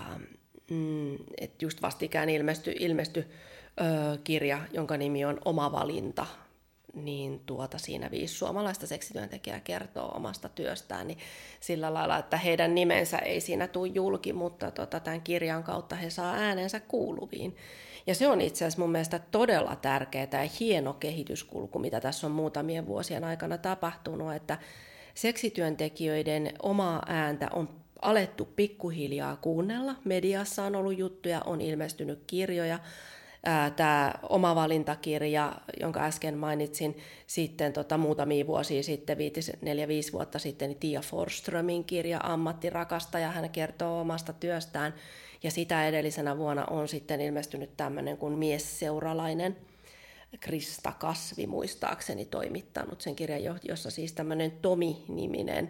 mm, et just vastikään ilmestyi ilmesty, ö, kirja, jonka nimi on Oma valinta. Niin tuota siinä viisi suomalaista seksityöntekijää kertoo omasta työstään, niin sillä lailla, että heidän nimensä ei siinä tule julki, mutta tota, tämän kirjan kautta he saa äänensä kuuluviin. Ja se on itse asiassa mun mielestä todella tärkeää ja hieno kehityskulku, mitä tässä on muutamien vuosien aikana tapahtunut, että seksityöntekijöiden omaa ääntä on alettu pikkuhiljaa kuunnella. Mediassa on ollut juttuja, on ilmestynyt kirjoja. Tämä Oma valintakirja, jonka äsken mainitsin, sitten tota, muutamia vuosia sitten, neljä viisi vuotta sitten, niin Tia Forsströmin kirja Ammattirakastaja, hän kertoo omasta työstään. Ja sitä edellisenä vuonna on sitten ilmestynyt tämmöinen kuin Miesseuralainen, Krista Kasvi muistaakseni toimittanut sen kirjan, jossa siis tämmöinen Tomi-niminen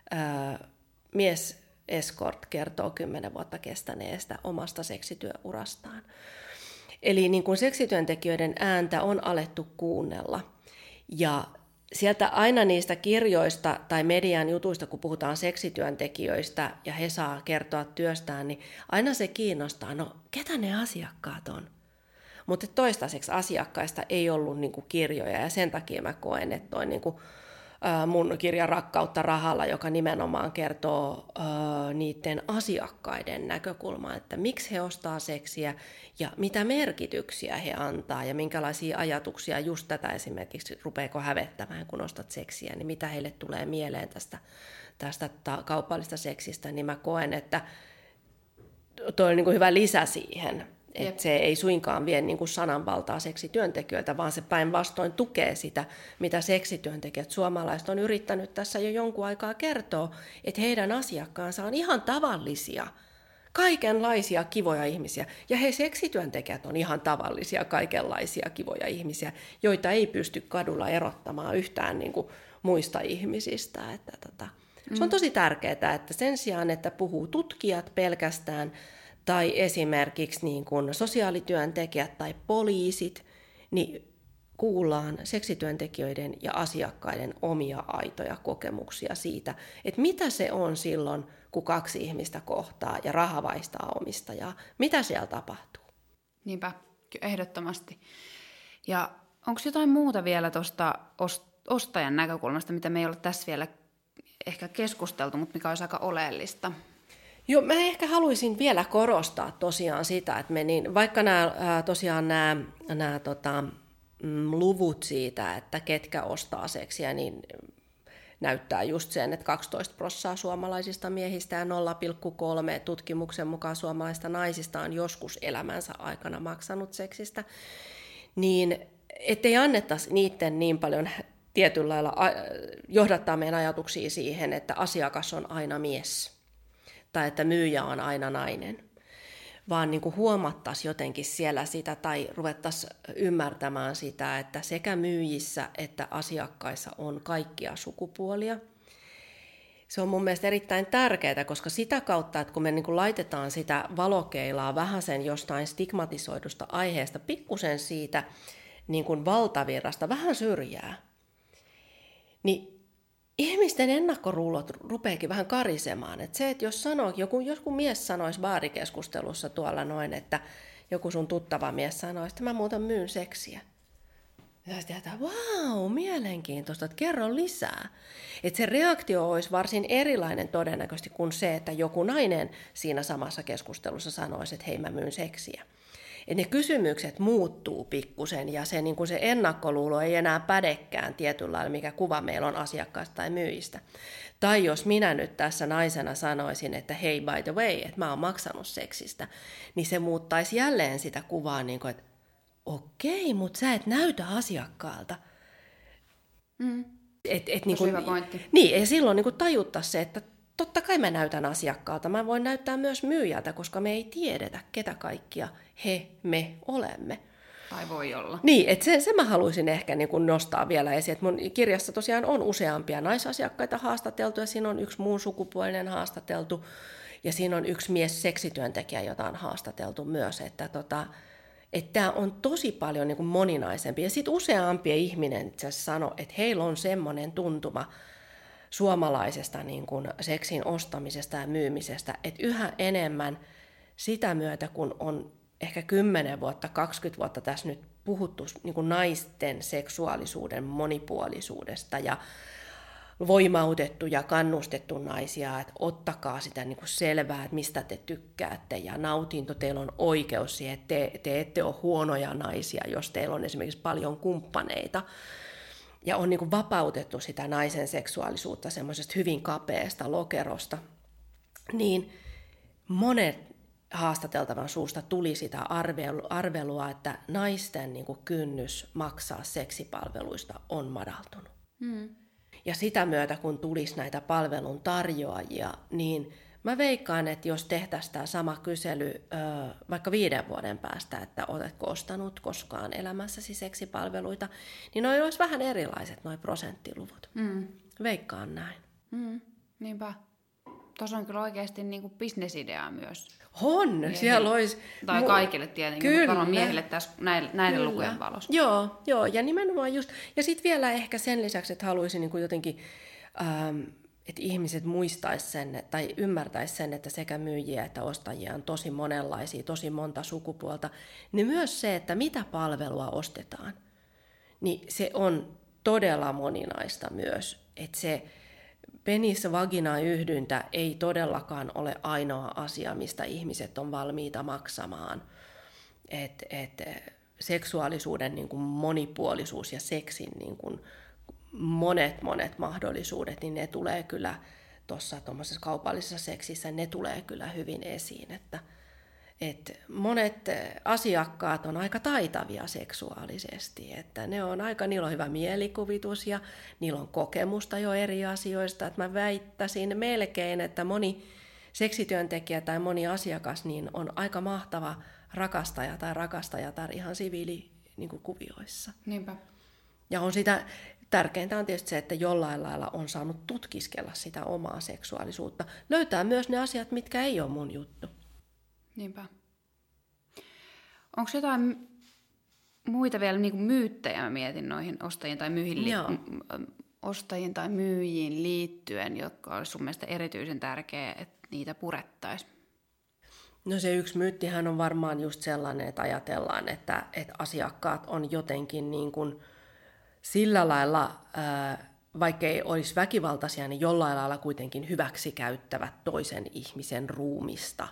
ää, mies escort kertoo kymmenen vuotta kestäneestä omasta seksityöurastaan. Eli niin kuin seksityöntekijöiden ääntä on alettu kuunnella. Ja sieltä aina niistä kirjoista tai median jutuista, kun puhutaan seksityöntekijöistä ja he saa kertoa työstään, niin aina se kiinnostaa, no ketä ne asiakkaat on? Mutta toistaiseksi asiakkaista ei ollut niinku kirjoja ja sen takia mä koen, että toi niinku, ä, mun kirja Rakkautta rahalla, joka nimenomaan kertoo ä, niiden asiakkaiden näkökulmaa, että miksi he ostaa seksiä ja mitä merkityksiä he antaa ja minkälaisia ajatuksia just tätä esimerkiksi rupeeko hävettämään, kun ostat seksiä, niin mitä heille tulee mieleen tästä, tästä ta- kaupallista seksistä, niin mä koen, että toi on niinku hyvä lisä siihen. Että se ei suinkaan vie niin kuin sananvaltaa seksityöntekijöiltä, vaan se päinvastoin tukee sitä, mitä seksityöntekijät suomalaiset on yrittänyt tässä jo jonkun aikaa kertoa, että heidän asiakkaansa on ihan tavallisia, kaikenlaisia kivoja ihmisiä. Ja he seksityöntekijät on ihan tavallisia, kaikenlaisia kivoja ihmisiä, joita ei pysty kadulla erottamaan yhtään niin kuin muista ihmisistä. Että tota, se on tosi tärkeää, että sen sijaan, että puhuu tutkijat pelkästään, tai esimerkiksi niin kuin sosiaalityöntekijät tai poliisit, niin kuullaan seksityöntekijöiden ja asiakkaiden omia aitoja kokemuksia siitä, että mitä se on silloin, kun kaksi ihmistä kohtaa ja raha vaistaa omistajaa. Mitä siellä tapahtuu? Niinpä, ehdottomasti. Ja onko jotain muuta vielä tuosta ostajan näkökulmasta, mitä me ei ole tässä vielä ehkä keskusteltu, mutta mikä olisi aika oleellista? Joo, mä ehkä haluaisin vielä korostaa tosiaan sitä, että me niin, vaikka nämä, tosiaan nämä, nämä tota, luvut siitä, että ketkä ostaa seksiä, niin näyttää just sen, että kaksitoista prosenttia suomalaisista miehistä ja nolla pilkku kolme tutkimuksen mukaan suomalaisista naisista on joskus elämänsä aikana maksanut seksistä, niin ettei annettaisi niiden niin paljon tietyllä lailla johdattaa meidän ajatuksia siihen, että asiakas on aina mies. Tai että myyjä on aina nainen, vaan niin kuin huomattaisiin jotenkin siellä sitä tai ruvettaisiin ymmärtämään sitä, että sekä myyjissä että asiakkaissa on kaikkia sukupuolia. Se on mun mielestä erittäin tärkeää, koska sitä kautta, että kun me niin kuin laitetaan sitä valokeilaa vähäsen jostain stigmatisoidusta aiheesta, pikkusen siitä niin kuin valtavirrasta, vähän syrjää, niin ihmisten ennakkoruulot rupeekin vähän karisemaan. Että se, että jos sanoo, joku, joku mies sanoisi baarikeskustelussa tuolla noin, että joku sun tuttava mies sanoisi, että mä muuten myyn seksiä. Ja sitten tehdään, vau, mielenkiintoista, että kerro lisää. Että se reaktio olisi varsin erilainen todennäköisesti kuin se, että joku nainen siinä samassa keskustelussa sanoisi, että hei, mä myyn seksiä. Että ne kysymykset muuttuu pikkusen ja se, niin kuin se ennakkoluulo ei enää pädekään tietyllä lailla, mikä kuva meillä on asiakkaista tai myyjistä. Tai jos minä nyt tässä naisena sanoisin, että hei, by the way, että mä oon maksanut seksistä, niin se muuttaisi jälleen sitä kuvaa, niin kuin, että okei, mutta sä et näytä asiakkaalta. Mm. Et, et, niin kuin, hyvä pointti. Niin, ja silloin niin kuin tajuttaisiin se, että totta kai mä näytän asiakkaalta, mä voin näyttää myös myyjältä, koska me ei tiedetä, ketä kaikkia he, me olemme. Tai voi olla. Niin, että se, se mä haluaisin ehkä niin kuin nostaa vielä esiin, että mun kirjassa tosiaan on useampia naisasiakkaita haastateltu, ja siinä on yksi muun sukupuolinen haastateltu, ja siinä on yksi mies seksityöntekijä, jota on haastateltu myös, että tota, että tämä on tosi paljon niin kuin moninaisempi. Ja sitten useampi ihminen itse asiassa sanoi, että heillä on semmoinen tuntuma suomalaisesta niin kuin seksin ostamisesta ja myymisestä, että yhä enemmän sitä myötä, kun on ehkä kymmenen vuotta, kaksikymmentä vuotta tässä nyt puhuttu niin kuin naisten seksuaalisuuden monipuolisuudesta ja voimautettu ja kannustettu naisia, että ottakaa sitä niin kuin selvää, että mistä te tykkäätte ja nautinto, teillä on oikeus siihen, että te, te ette ole huonoja naisia, jos teillä on esimerkiksi paljon kumppaneita. Ja on niin kuin vapautettu sitä naisen seksuaalisuutta semmoisesta hyvin kapeasta lokerosta, niin monet haastateltavan suusta tuli sitä arvelua, että naisten niin kuin kynnys maksaa seksipalveluista on madaltunut. Mm. Ja sitä myötä, kun tulisi näitä palvelun tarjoajia, niin mä veikkaan, että jos tehtäisiin tämä sama kysely vaikka viiden vuoden päästä, että oletko ostanut koskaan elämässäsi seksipalveluita, niin noi olisi vähän erilaiset noi prosenttiluvut. Mm. Veikkaan näin. Mm. Niinpä. tuossa on kyllä oikeasti niinku bisnesidea myös. On, miehille. Siellä olisi... Tai mu- kaikille tietenkin, kyllä. Mutta varmaan miehille tässä näiden, näiden lukujen valossa. Joo, joo, ja nimenomaan just... Ja sitten vielä ehkä sen lisäksi, että haluaisin niin kuin jotenkin... Ähm, että ihmiset muistaisi sen tai ymmärtäisi sen, että sekä myyjiä että ostajia on tosi monenlaisia, tosi monta sukupuolta, niin myös se, että mitä palvelua ostetaan, niin se on todella moninaista myös. Että se penis-vagina-yhdyntä ei todellakaan ole ainoa asia, mistä ihmiset on valmiita maksamaan. Että et, seksuaalisuuden niin kuin monipuolisuus ja seksin niin kuin monet, monet mahdollisuudet, niin ne tulee kyllä tuossa tuommoisessa kaupallisessa seksissä, ne tulee kyllä hyvin esiin, että, että monet asiakkaat on aika taitavia seksuaalisesti, että ne on aika, niillä on hyvä mielikuvitus ja niillä on kokemusta jo eri asioista, että mä väittäisin melkein, että moni seksityöntekijä tai moni asiakas niin on aika mahtava rakastaja tai rakastaja tai ihan siviilikuvioissa. Niinpä. Ja on sitä, tärkeintä on tietysti se, että jollain lailla on saanut tutkiskella sitä omaa seksuaalisuutta. Löytää myös ne asiat, mitkä ei ole mun juttu. Niinpä. Onko jotain muita vielä niin kuin myyttejä, mä mietin noihin ostajiin tai myyjiin, li- ostajiin tai myyjiin liittyen, jotka olisi sun mielestä erityisen tärkeää, että niitä purettaisiin? No se yksi myyttihän on varmaan just sellainen, että ajatellaan, että, että asiakkaat on jotenkin niin kuin sillä lailla, vaikka ei olisi väkivaltaisia, niin jollain lailla kuitenkin hyväksikäyttävät toisen ihmisen ruumista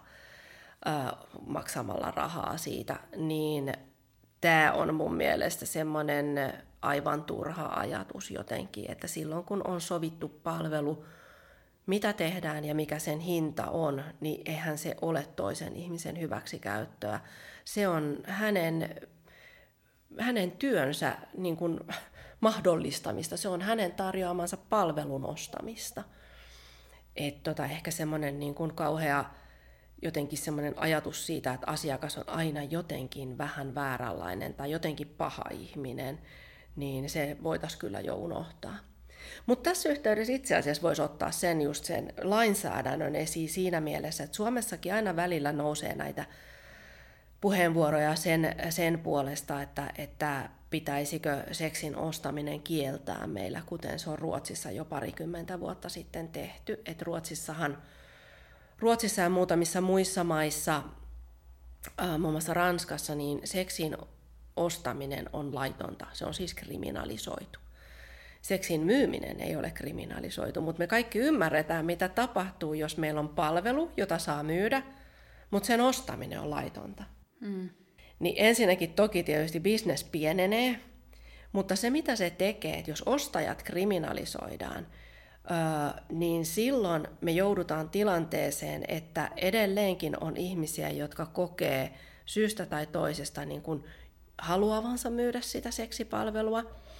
maksamalla rahaa siitä, niin tämä on mun mielestä semmoinen aivan turha ajatus jotenkin, että silloin kun on sovittu palvelu, mitä tehdään ja mikä sen hinta on, niin eihän se ole toisen ihmisen hyväksikäyttöä. Se on hänen, hänen työnsä niin kuin mahdollistamista, se on hänen tarjoamansa palvelun ostamista. Et tota, ehkä semmoinen niin kuin kauhea jotenkin semmoinen ajatus siitä, että asiakas on aina jotenkin vähän vääränlainen tai jotenkin paha ihminen, niin se voitaisiin kyllä jo unohtaa. Mutta tässä yhteydessä itse asiassa voisi ottaa sen just sen lainsäädännön esiin siinä mielessä, että Suomessakin aina välillä nousee näitä puheenvuoroja sen, sen puolesta, että, että pitäisikö seksin ostaminen kieltää meillä, kuten se on Ruotsissa jo parikymmentä vuotta sitten tehty. Et Ruotsissahan, Ruotsissa ja muutamissa muissa maissa, äh, muun muassa Ranskassa, niin seksin ostaminen on laitonta. Se on siis kriminalisoitu. Seksin myyminen ei ole kriminalisoitu, mutta me kaikki ymmärretään, mitä tapahtuu, jos meillä on palvelu, jota saa myydä, mutta sen ostaminen on laitonta. Mm. Niin ensinnäkin toki tietysti business pienenee, mutta se mitä se tekee, että jos ostajat kriminalisoidaan, niin silloin me joudutaan tilanteeseen, että edelleenkin on ihmisiä, jotka kokee syystä tai toisesta niin kuin haluavansa myydä sitä seksipalvelua,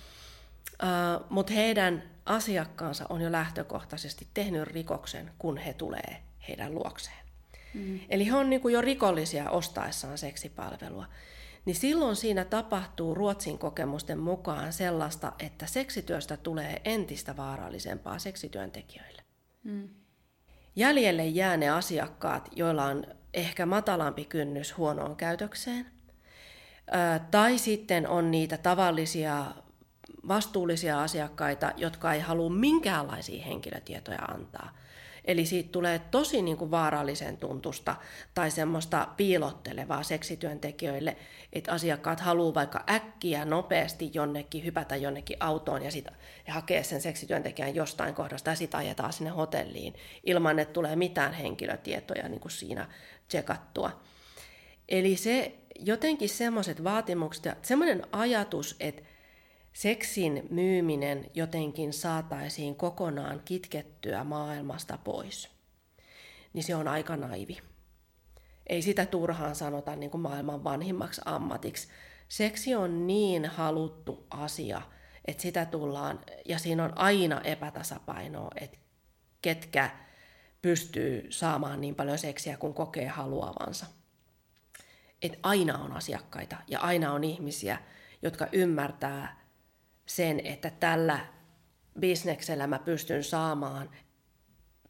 mutta heidän asiakkaansa on jo lähtökohtaisesti tehnyt rikoksen, kun he tulee heidän luokseen. Mm. Eli he on niin kuin jo rikollisia ostaessaan seksipalvelua. Niin silloin siinä tapahtuu Ruotsin kokemusten mukaan sellaista, että seksityöstä tulee entistä vaarallisempaa seksityöntekijöille. Mm. Jäljelle jää ne asiakkaat, joilla on ehkä matalampi kynnys huonoon käytökseen. Ö, tai sitten on niitä tavallisia vastuullisia asiakkaita, jotka ei halua minkäänlaisia henkilötietoja antaa. Eli siitä tulee tosi niin kuin vaarallisen tuntusta tai semmoista piilottelevaa seksityöntekijöille, että asiakkaat haluaa vaikka äkkiä nopeasti jonnekin hypätä jonnekin autoon ja, sit, ja hakea sen seksityöntekijän jostain kohdasta ja sitten ajetaan sinne hotelliin ilman, että tulee mitään henkilötietoja niin kuin siinä tsekattua. Eli se jotenkin semmoiset vaatimukset ja semmoinen ajatus, että seksin myyminen jotenkin saataisiin kokonaan kitkettyä maailmasta pois, niin se on aika naivi. Ei sitä turhaan sanota niin kuin maailman vanhimmaksi ammatiksi. Seksi on niin haluttu asia, että sitä tullaan, ja siinä on aina epätasapainoa, että ketkä pystyy saamaan niin paljon seksiä kuin kokee haluavansa. Että aina on asiakkaita ja aina on ihmisiä, jotka ymmärtää sen, että tällä bisneksellä mä pystyn saamaan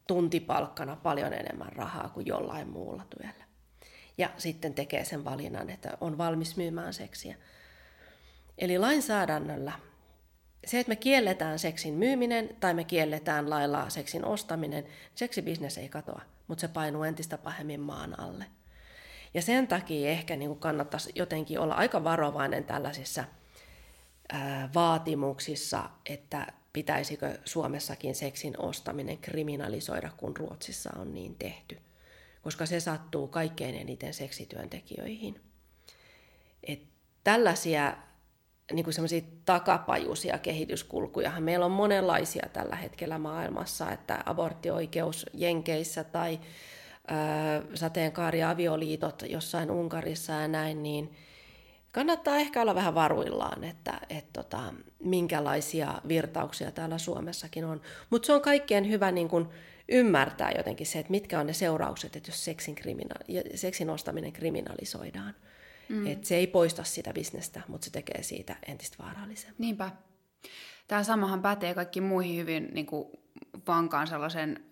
tuntipalkkana paljon enemmän rahaa kuin jollain muulla työllä. Ja sitten tekee sen valinnan, että on valmis myymään seksiä. Eli lainsäädännöllä se, että me kielletään seksin myyminen tai me kielletään lailla seksin ostaminen, seksibisnes ei katoa, mutta se painuu entistä pahemmin maan alle. Ja sen takia ehkä niin kuin kannattaisi jotenkin olla aika varovainen tällaisissa ää, vaatimuksissa, että pitäisikö Suomessakin seksin ostaminen kriminalisoida, kun Ruotsissa on niin tehty. Koska se sattuu kaikkein eniten seksityöntekijöihin. Et tällaisia niin kuin semmoisia takapajuisia kehityskulkujahan meillä on monenlaisia tällä hetkellä maailmassa, että aborttioikeus Jenkeissä tai ö, sateenkaariavioliitot jossain Unkarissa ja näin, niin kannattaa ehkä olla vähän varuillaan, että et, tota, minkälaisia virtauksia täällä Suomessakin on. Mutta se on kaikkien hyvä niin kun ymmärtää jotenkin se, että mitkä on ne seuraukset, että jos seksin, krimina- seksin ostaminen kriminalisoidaan. Mm. Että se ei poista sitä bisnestä, mutta se tekee siitä entistä vaarallisempaa. Niinpä. Tämä samahan pätee kaikkiin muihin hyvin niin kuin vankaan sellaisen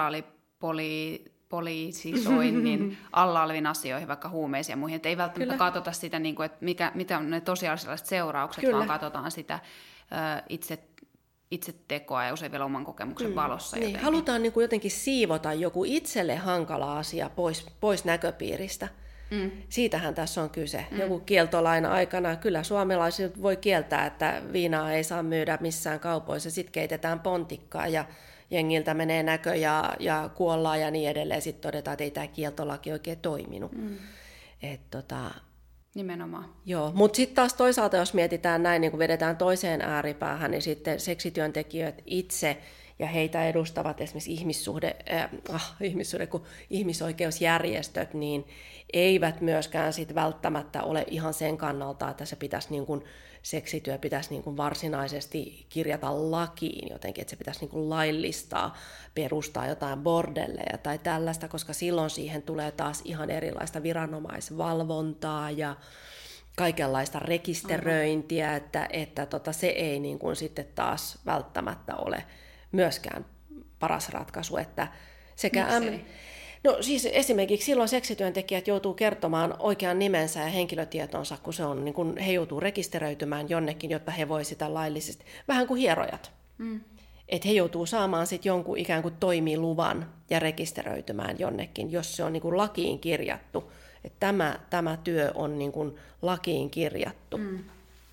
moraalipoliisisoinnin alla oleviin asioihin, vaikka huumeisiin ja muihin. Että ei välttämättä Kyllä. katsota sitä, niin kuin, että mikä, mitä on ne tosiasialliset seuraukset, Kyllä. vaan katsotaan sitä ö, itse, itse tekoa ja usein vielä oman kokemuksen mm. valossa. Niin, halutaan niin kuin jotenkin siivota joku itselle hankala asia pois, pois näköpiiristä. Mm. Siitähän tässä on kyse. Mm. Joku kieltolain aikana kyllä suomalaiset voi kieltää, että viinaa ei saa myydä missään kaupoissa. Sitten keitetään pontikkaa ja jengiltä menee näkö ja, ja kuollaan ja niin edelleen. Sitten todetaan, että ei tämä kieltolaki oikein toiminut. Mm. Et, tota, Nimenomaan. Joo, mutta sitten taas toisaalta, jos mietitään näin, niin kun vedetään toiseen ääripäähän, niin sitten seksityöntekijät itse ja heitä edustavat esimerkiksi ihmissuhde, äh, ihmissuhde, kun ihmisoikeusjärjestöt, niin eivät myöskään sit välttämättä ole ihan sen kannalta, että se pitäisi niin kuin, seksityö pitäisi niin kuin varsinaisesti kirjata lakiin jotenkin, että se pitäisi niin kuin laillistaa, perustaa jotain bordelleja tai tällaista, koska silloin siihen tulee taas ihan erilaista viranomaisvalvontaa ja kaikenlaista rekisteröintiä, Aha. että, että tota, se ei niin kuin sitten taas välttämättä ole myöskään paras ratkaisu, että sekä M... No siis esimerkiksi silloin seksityöntekijät joutuu kertomaan oikean nimensä ja henkilötietonsa, kun se on, niin kun he joutuu rekisteröitymään jonnekin, jotta he voi sitä laillisesti, vähän kuin hierojat. Mm. Että he joutuu saamaan sitten jonkun ikään kuin toimiluvan ja rekisteröitymään jonnekin, jos se on niin kuin lakiin kirjattu. Että tämä, tämä työ on niin kuin lakiin kirjattu. Mm.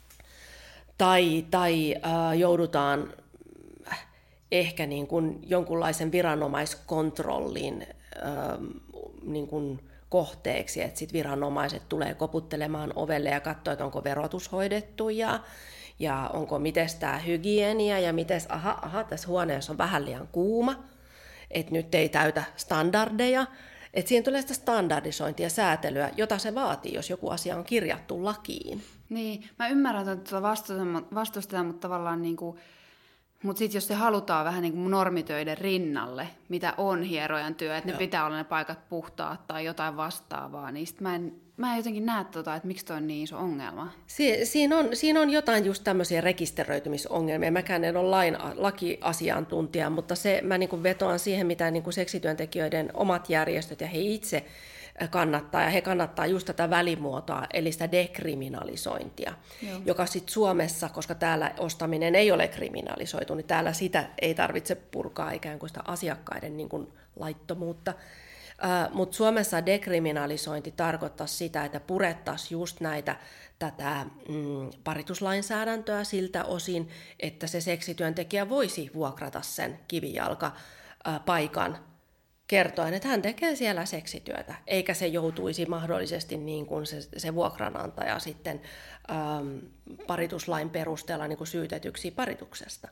Tai, tai äh, joudutaan ehkä niin kuin jonkunlaisen viranomaiskontrollin ähm, niin kuin kohteeksi, että sit viranomaiset tulee koputtelemaan ovelle ja katsoo, että onko verotus hoidettu ja, ja onko mites tämä hygienia ja mites, aha, aha, tässä huoneessa on vähän liian kuuma, että nyt ei täytä standardeja. Että siihen tulee sitä standardisointia ja säätelyä, jota se vaatii, jos joku asia on kirjattu lakiin. Niin, mä ymmärrän, että tuota vastustetaan, mutta tavallaan niin kuin mutta sitten jos se halutaan vähän niin kuin normitöiden rinnalle, mitä on hierojan työ, että ne Joo. pitää olla ne paikat puhtaat tai jotain vastaavaa, niin sit mä en, mä en jotenkin näe, tota, että miksi toi on niin iso ongelma. Si- siinä, on, siinä on jotain just tämmöisiä rekisteröitymisongelmia. Mäkään en ole lain, lakiasiantuntija, mutta se, mä niin kuin vetoan siihen, mitä niin kuin seksityöntekijöiden omat järjestöt ja he itse kannattaa, ja he kannattaa just tätä välimuotoa, eli sitä dekriminalisointia, Joo. joka sitten Suomessa, koska täällä ostaminen ei ole kriminalisoitu, niin täällä sitä ei tarvitse purkaa ikään kuin sitä asiakkaiden niin kuin laittomuutta. Uh, mutta Suomessa dekriminalisointi tarkoittaa sitä, että purettaisiin just näitä tätä mm, parituslainsäädäntöä siltä osin, että se seksityöntekijä voisi vuokrata sen kivijalkapaikan kertoen, että hän tekee siellä seksityötä, eikä se joutuisi mahdollisesti niin kuin se, se vuokranantaja sitten äm, parituslain perusteella niin kuin syytetyksi parituksesta.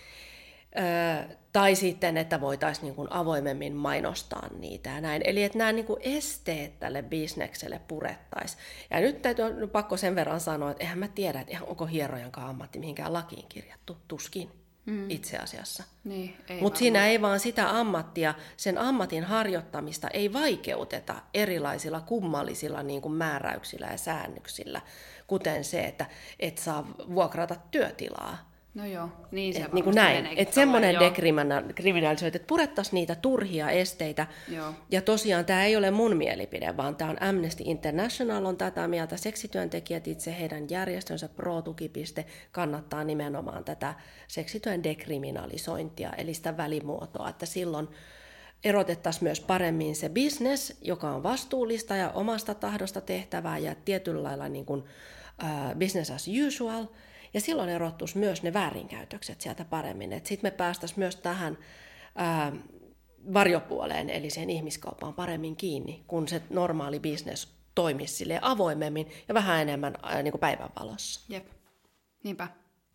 Ö, tai sitten, että voitaisiin niin kuin avoimemmin mainostaa niitä ja näin. Eli että nämä niin kuin esteet tälle bisnekselle purettaisiin. Ja nyt täytyy pakko sen verran sanoa, että eihän mä tiedä, että onko hierojankaan ammatti mihinkään lakiin kirjattu, tuskin. Mm. Itse asiassa. Niin, mutta siinä ei vaan sitä ammattia, sen ammatin harjoittamista ei vaikeuteta erilaisilla kummallisilla niin kuin määräyksillä ja säännöksillä, kuten se, että et saa vuokrata työtilaa, No joo, niin se et, niin kuin näin. Että semmoinen dekriminalisoitu, että purettaisiin niitä turhia esteitä. Joo. Ja tosiaan tämä ei ole mun mielipide, vaan tämä on Amnesty International on tätä mieltä. Seksityöntekijät itse, heidän järjestönsä Pro-tukipiste kannattaa nimenomaan tätä seksityön dekriminalisointia, eli sitä välimuotoa, että silloin erotettaisiin myös paremmin se business, joka on vastuullista ja omasta tahdosta tehtävää ja tietyllä lailla niin kuin, uh, business as usual. Ja silloin erottuisi myös ne väärinkäytökset sieltä paremmin. Sitten me päästäisiin myös tähän ää, varjopuoleen, eli sen ihmiskauppaan paremmin kiinni, kun se normaali business toimisi silleen avoimemmin ja vähän enemmän ää, niin kuin päivänvalossa. Jep, niinpä.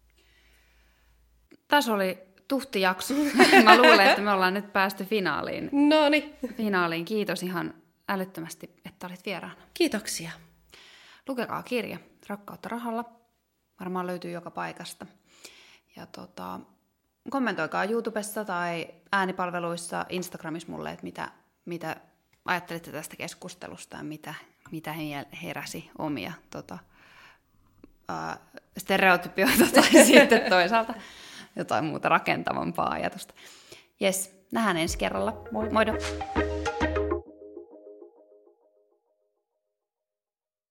Tässä oli tuhti jakso. Mä luulen, että me ollaan nyt päästy finaaliin. Noniin. Finaaliin. Kiitos ihan älyttömästi, että olit vieraana. Kiitoksia. Lukekaa kirja Rakkautta rahalla. Varmaan löytyy joka paikasta. Ja tota, kommentoikaa YouTubessa tai äänipalveluissa, Instagramissa mulle, että mitä, mitä ajattelitte tästä keskustelusta ja mitä, mitä heräsi omia tota, ää, stereotypioita tai sitten toisaalta jotain muuta rakentavampaa ajatusta. Jes, nähdään ensi kerralla. Moi. Moido!